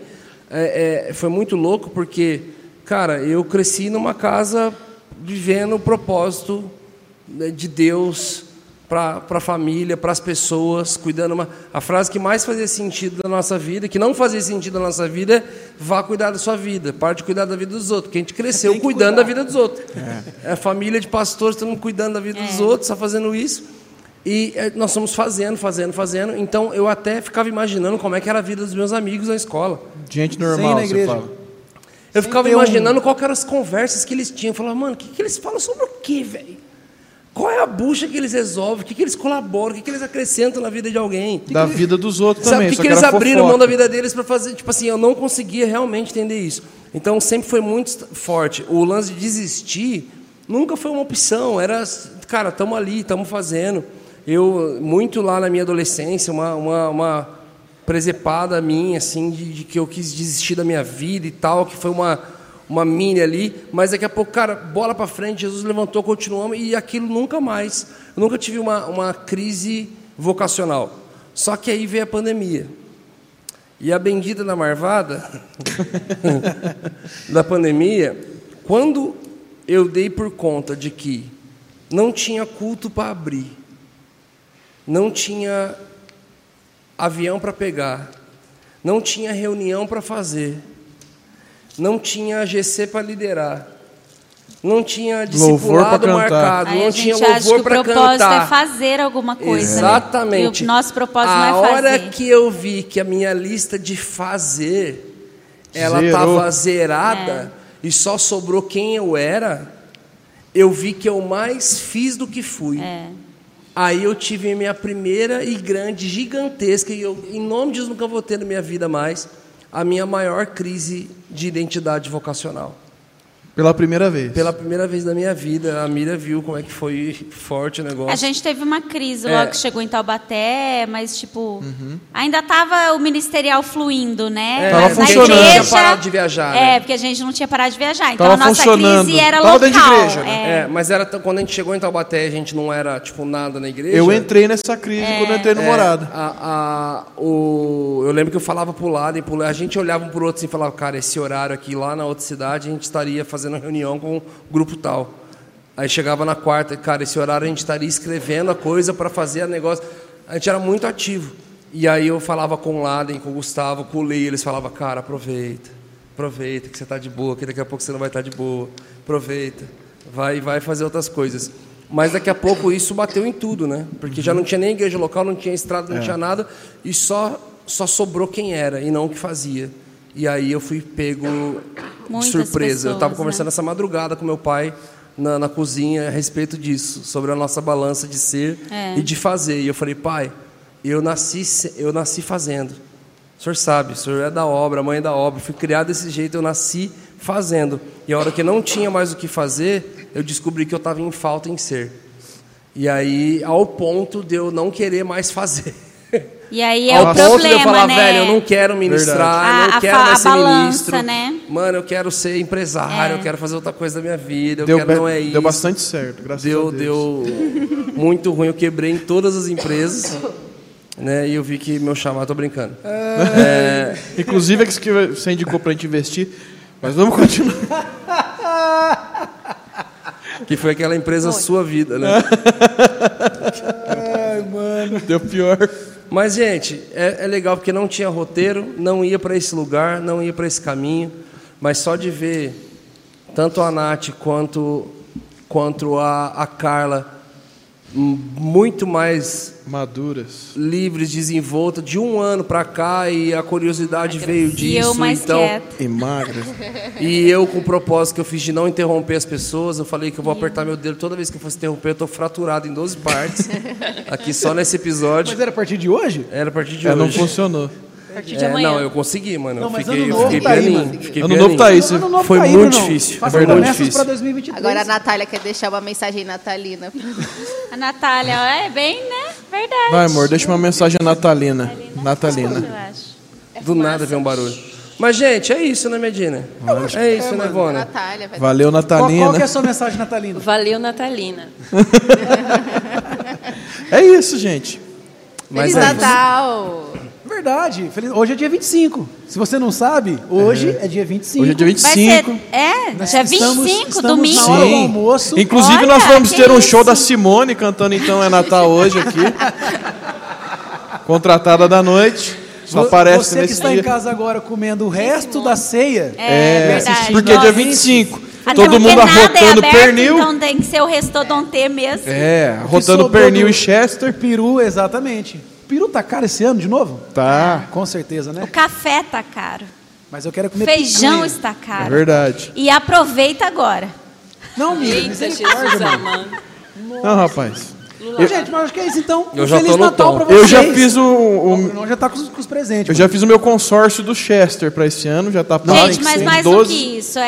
foi muito louco porque, cara, eu cresci numa casa vivendo o propósito, né, de Deus para a família, para as pessoas, cuidando. A frase que mais fazia sentido da nossa vida, que não fazia sentido da nossa vida, é vá cuidar da sua vida, pare de cuidar da vida dos outros, porque a gente cresceu cuidando da vida dos outros. É família de pastores, todo mundo cuidando da vida dos outros, só fazendo isso. E nós fomos fazendo. Então, eu até ficava imaginando como é que era a vida dos meus amigos na escola. Gente normal, na você igreja. fala. Eu ficava imaginando qual que eram as conversas que eles tinham. Eu falava, mano, o que eles falam sobre o quê, velho? Qual é a bucha que eles resolvem? O que eles colaboram? O que eles acrescentam na vida de alguém? Da vida dos outros Sabe também. o que eles abriram mão da vida deles para fazer? Tipo assim, eu não conseguia realmente entender isso. Então, sempre foi muito forte. O lance de desistir nunca foi uma opção. Era, cara, estamos ali, estamos fazendo. Eu, muito lá na minha adolescência, uma presepada minha, assim, de que eu quis desistir da minha vida e tal, que foi uma mini ali, mas daqui a pouco, cara, bola para frente, Jesus levantou, continuamos, e aquilo nunca mais. Eu nunca tive uma crise vocacional. Só que aí veio a pandemia. E a bendita da marvada da pandemia, quando eu dei por conta de que não tinha culto para abrir, não tinha avião para pegar, não tinha reunião para fazer, não tinha GC para liderar, não tinha discipulado marcado, não tinha louvor para cantar. O propósito é fazer alguma coisa. Exatamente. Né? E o nosso propósito não é fazer. A hora que eu vi que a minha lista de fazer, ela estava zerada e só sobrou quem eu era, eu vi que eu mais fiz do que fui. Aí eu tive a minha primeira e grande, gigantesca, e eu, em nome de Deus, nunca vou ter na minha vida mais, a minha maior crise de identidade vocacional. Pela primeira vez. Pela primeira vez na minha vida, a Miriam viu como é que foi forte o negócio. A gente teve uma crise logo que chegou em Taubaté, mas, tipo, ainda estava o ministerial fluindo, né? Tava mas funcionando. na igreja, não tinha parado de viajar, né? porque a gente não tinha parado de viajar. Então, Tava a nossa funcionando. crise era Tava local. dentro de igreja, né? Mas era quando a gente chegou em Taubaté, a gente não era, tipo, nada na igreja. Eu entrei nessa crise quando eu entrei no Morada. Eu lembro que eu falava pro lado e pro lado, a gente olhava um pro outro assim, e falava, cara, esse horário aqui lá na outra cidade, a gente estaria fazendo reunião com o grupo tal. Aí chegava na quarta, cara, esse horário a gente estaria escrevendo a coisa para fazer a negócio. A gente era muito ativo. E aí eu falava com o Laden, com o Gustavo, com o Lei, eles falavam, cara, aproveita que você está de boa, que daqui a pouco você não vai estar de boa. Aproveita, vai fazer outras coisas. Mas daqui a pouco isso bateu em tudo, né? Porque já não tinha nem igreja local, não tinha estrada, não tinha nada, e só sobrou quem era e não o que fazia. E aí eu fui pego de surpresa. Eu estava conversando essa madrugada com meu pai na cozinha a respeito disso, sobre a nossa balança de ser e de fazer. E eu falei, pai, eu nasci fazendo. O senhor sabe, o senhor é da obra, a mãe é da obra. Fui criado desse jeito, eu nasci fazendo. E a hora que não tinha mais o que fazer, eu descobri que eu estava em falta em ser. E aí, ao ponto de eu não querer mais fazer. E aí ao o ponto problema, de eu falar, né? velho, eu não quero ministrar, eu não quero mais ser balança, ministro. Né? Mano, eu quero ser empresário, eu quero fazer outra coisa da minha vida, não é isso. Deu bastante certo, graças a Deus. Deu muito ruim, eu quebrei em todas as empresas, né? E eu vi que meu chamado, tô brincando. Inclusive, que você indicou pra gente investir, mas vamos continuar. Que foi aquela empresa Sua Vida, né? Ai, mano, deu pior. Mas, gente, é legal porque não tinha roteiro, não ia para esse lugar, não ia para esse caminho, mas só de ver tanto a Nath quanto a Carla muito mais maduras, livres, desenvoltas, de um ano para cá, e a curiosidade veio disso. E eu mais quieta. E magras. E eu, com o propósito que eu fiz de não interromper as pessoas, eu falei que eu vou apertar meu dedo toda vez que eu fosse interromper. Eu estou fraturado em 12 partes, aqui só nesse episódio. Mas era a partir de hoje? Era a partir de hoje. Não funcionou. A partir de amanhã. Não, eu consegui, mano. Não, mas fiquei ano novo tá aí, mano. Ano novo tá aí. Foi muito difícil. Faça Foi muito promessas difícil. para 2023. Agora a Natália quer deixar uma mensagem natalina. A Natália, é bem, né? Verdade. Vai, amor, deixa uma mensagem natalina. Eu acho. Do nada veio um barulho. Mas, gente, é isso, né, Medina? É isso, né, Ivona? Natália, vai Valeu, Natalina. Qual que é a sua mensagem natalina? Valeu, Natalina. É isso, gente. Feliz Natal! verdade. Hoje é dia 25. Se você não sabe, hoje é dia 25. Hoje é dia Vai 25. ser, dia 25, estamos domingo. na hora do almoço. Inclusive, Olha, nós vamos que ter um isso. show da Simone cantando, então, é Natal hoje aqui. Contratada da noite. Só aparece Você que nesse está dia. em casa agora comendo o resto da ceia. É verdade. Porque é dia Novamente. 25. Até Todo porque mundo nada é arrotando aberto, pernil. Então tem que ser o restaurante mesmo. Arrotando sobrou pernil do- e Chester. Peru, exatamente. Peru tá caro esse ano de novo? Tá. Com certeza, O né? café tá caro. Mas eu quero comer Feijão picanha. está É caro. verdade. E aproveita agora. Não, amiga, Eita, misericórdia, Jesus mano. amado. Não, rapaz. Gente, mas acho que é isso então. Eu já Feliz tô no Natal tom. pra vocês. Eu já fiz O Bruno já tá com os presentes. Eu já fiz o meu consórcio do Chester para esse ano, já tá pago. Gente, mas Tem mais do 12. que isso,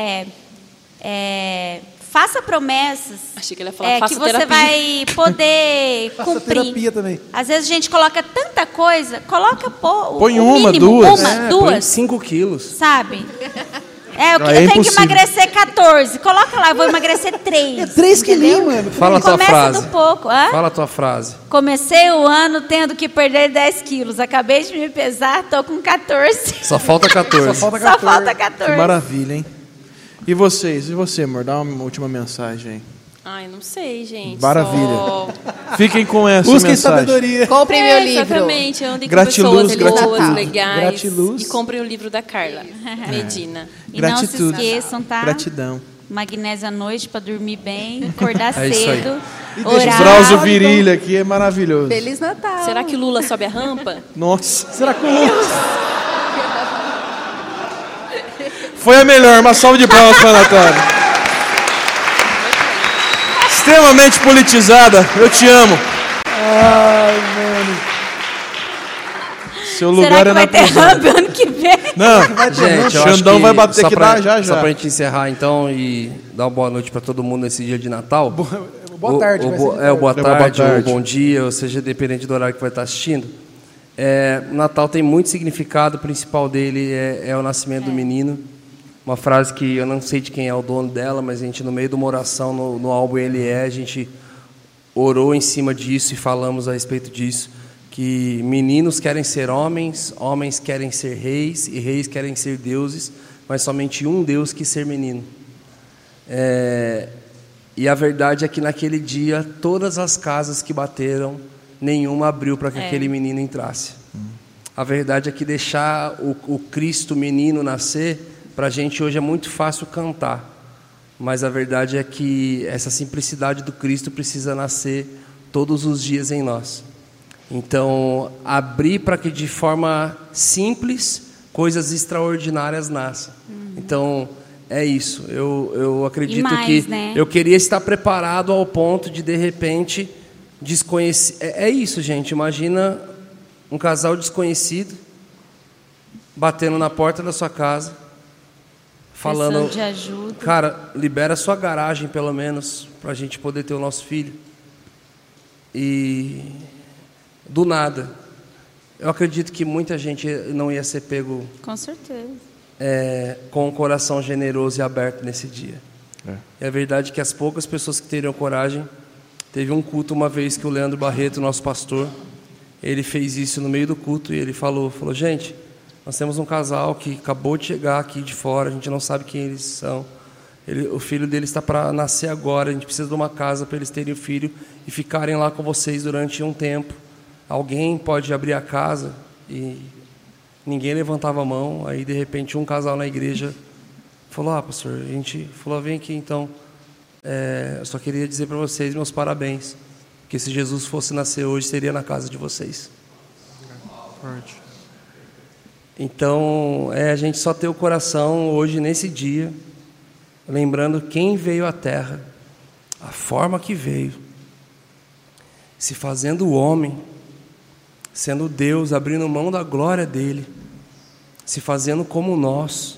faça promessas Achei que ele ia falar, faça que você terapia. vai poder Faça cumprir. terapia também. Às vezes a gente coloca tanta coisa, coloca Põe o uma, mínimo, duas. uma, Põe duas, 5 quilos. sabe? Eu é tenho que impossível. emagrecer 14. Coloca lá, eu vou emagrecer 3. É 3 quilinhos, mano. Fala a tua Começa frase. do pouco. Hã? Fala a tua frase. Comecei o ano tendo que perder 10 quilos. Acabei de me pesar, tô com 14. Só falta 14. Só falta Só 14. falta 14. Que maravilha, hein? E vocês? E você, amor? Dá uma última mensagem aí. Ai, não sei, gente. Maravilha. Só... Fiquem com essa Busquem mensagem. sabedoria. Comprem meu livro. Exatamente, andem com Gratiluz, pessoas boas, gratitude. legais. Gratiluz. E comprem o livro da Carla Medina. E não se Gratitude. esqueçam, tá? Gratidão. Magnésio à noite para dormir bem, acordar É isso aí. cedo, E deixa orar. Drauzio Virilha aqui é maravilhoso. Feliz Natal. Será que Lula sobe a rampa? Nossa. Será que o Lula... Foi a melhor. Uma salva de palmas para a Natália. Extremamente politizada. Eu te amo. Ai, mano. Seu Será lugar que é vai na ter prisão. rampa ano que vem? Não. Gente, eu acho Xandão que vai bater só que pra- dá já já. Só pra gente encerrar, então, e dar uma boa noite pra todo mundo nesse dia de Natal. Boa tarde, vai ser de o boa tarde. Boa tarde, tarde. ou bom dia, ou seja, dependente do horário que vai estar assistindo. O Natal tem muito significado, o principal dele é o nascimento do menino. Uma frase que eu não sei de quem é o dono dela, mas a gente, no meio de uma oração no álbum a gente orou em cima disso e falamos a respeito disso, que meninos querem ser homens, homens querem ser reis e reis querem ser deuses, mas somente um Deus quis ser menino. E a verdade é que naquele dia, todas as casas que bateram, nenhuma abriu para que aquele menino entrasse. A verdade é que deixar o Cristo menino nascer, para a gente hoje é muito fácil cantar. Mas a verdade é que essa simplicidade do Cristo precisa nascer todos os dias em nós. Então, abrir para que de forma simples, coisas extraordinárias nasçam. Então, é isso. Eu acredito E mais, que né? eu queria estar preparado ao ponto de repente, desconhecer. É isso, gente. Imagina um casal desconhecido batendo na porta da sua casa, falando, Precisando de ajuda. cara, libera a sua garagem pelo menos para a gente poder ter o nosso filho. E do nada, eu acredito que muita gente não ia ser pego Com certeza. com um coração generoso e aberto nesse dia. É verdade que as poucas pessoas que teriam coragem, teve um culto uma vez que o Leandro Barreto, nosso pastor, ele fez isso no meio do culto e ele falou, gente, nós temos um casal que acabou de chegar aqui de fora, a gente não sabe quem eles são. O filho deles está para nascer agora, a gente precisa de uma casa para eles terem o filho e ficarem lá com vocês durante um tempo. Alguém pode abrir a casa? E ninguém levantava a mão, aí de repente um casal na igreja falou, pastor, a gente falou, vem aqui então, eu só queria dizer para vocês meus parabéns, porque se Jesus fosse nascer hoje, seria na casa de vocês. Então, a gente só ter o coração hoje, nesse dia, lembrando quem veio à terra, a forma que veio, se fazendo homem, sendo Deus, abrindo mão da glória dele, se fazendo como nós,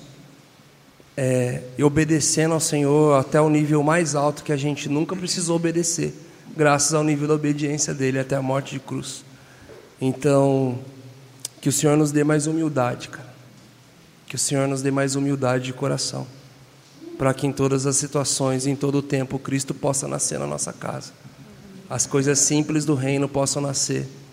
e obedecendo ao Senhor até o nível mais alto que a gente nunca precisou obedecer, graças ao nível da obediência dele até a morte de cruz. Então, que o Senhor nos dê mais humildade, cara. Que o Senhor nos dê mais humildade de coração, para que em todas as situações, em todo o tempo, Cristo possa nascer na nossa casa. As coisas simples do reino possam nascer.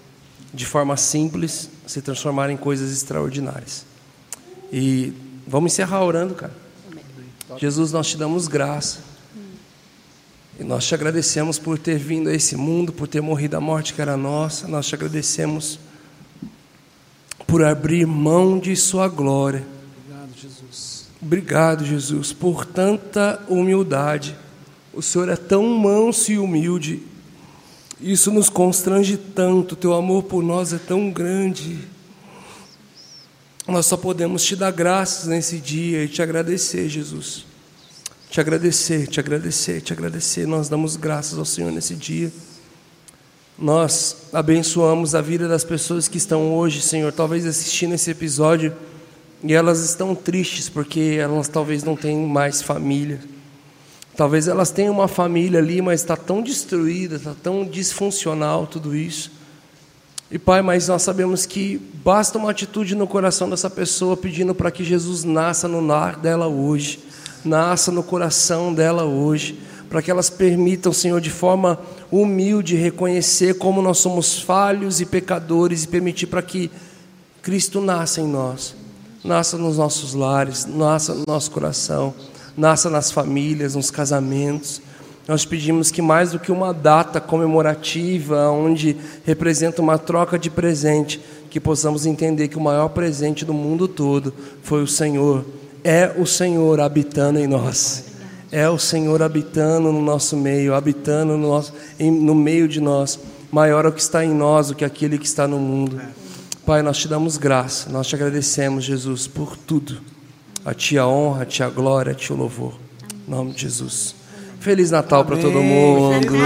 de forma simples, se transformarem em coisas extraordinárias. E vamos encerrar orando, cara. Jesus, nós te damos graça. E nós te agradecemos por ter vindo a esse mundo, por ter morrido a morte que era nossa. Nós te agradecemos por abrir mão de sua glória. Obrigado, Jesus. Obrigado, Jesus, por tanta humildade. O Senhor é tão manso e humilde. Isso nos constrange tanto. Teu amor por nós é tão grande. Nós só podemos te dar graças nesse dia e te agradecer, Jesus. Te agradecer, te agradecer, te agradecer. Nós damos graças ao Senhor nesse dia. Nós abençoamos a vida das pessoas que estão hoje, Senhor, talvez assistindo esse episódio, e elas estão tristes porque elas talvez não tenham mais família. Talvez elas tenham uma família ali, mas está tão destruída, está tão disfuncional tudo isso. E Pai, mas nós sabemos que basta uma atitude no coração dessa pessoa pedindo para que Jesus nasça no lar dela hoje, nasça no coração dela hoje, para que elas permitam, Senhor, de forma humilde reconhecer como nós somos falhos e pecadores e permitir para que Cristo nasça em nós, nasça nos nossos lares, nasça no nosso coração, nasça nas famílias, nos casamentos. Nós pedimos que mais do que uma data comemorativa, onde representa uma troca de presente, que possamos entender que o maior presente do mundo todo foi o Senhor. É o Senhor habitando em nós. É o Senhor habitando no nosso meio, habitando no meio de nós. Maior é o que está em nós do que aquele que está no mundo. Pai, nós te damos graça, nós te agradecemos, Jesus, por tudo. A Ti a honra, a Ti a glória, a Ti o louvor. Em nome de Jesus. Feliz Natal para todo mundo. Então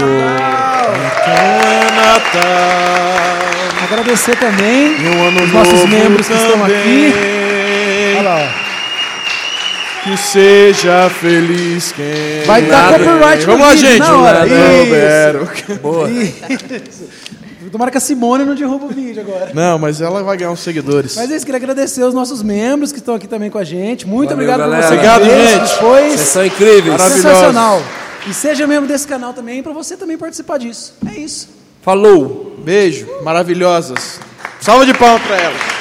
é Natal. Agradecer também os nossos membros que estão aqui. Olha lá, ó. Que seja feliz quem... Vai dar copyright no Vamos lá, vídeo gente. na hora. Isso. Boa. Tomara que a Simone não derruba o vídeo agora. Não, mas ela vai ganhar uns seguidores. Mas é isso, queria agradecer os nossos membros que estão aqui também com a gente. Muito Valeu, obrigado galera. por você. Obrigado, ver. gente. Foi Vocês são incríveis. Maravilhoso. sensacional. E seja membro desse canal também, para você também participar disso. É isso. Falou. Beijo. Maravilhosas. Salva de palmas para elas.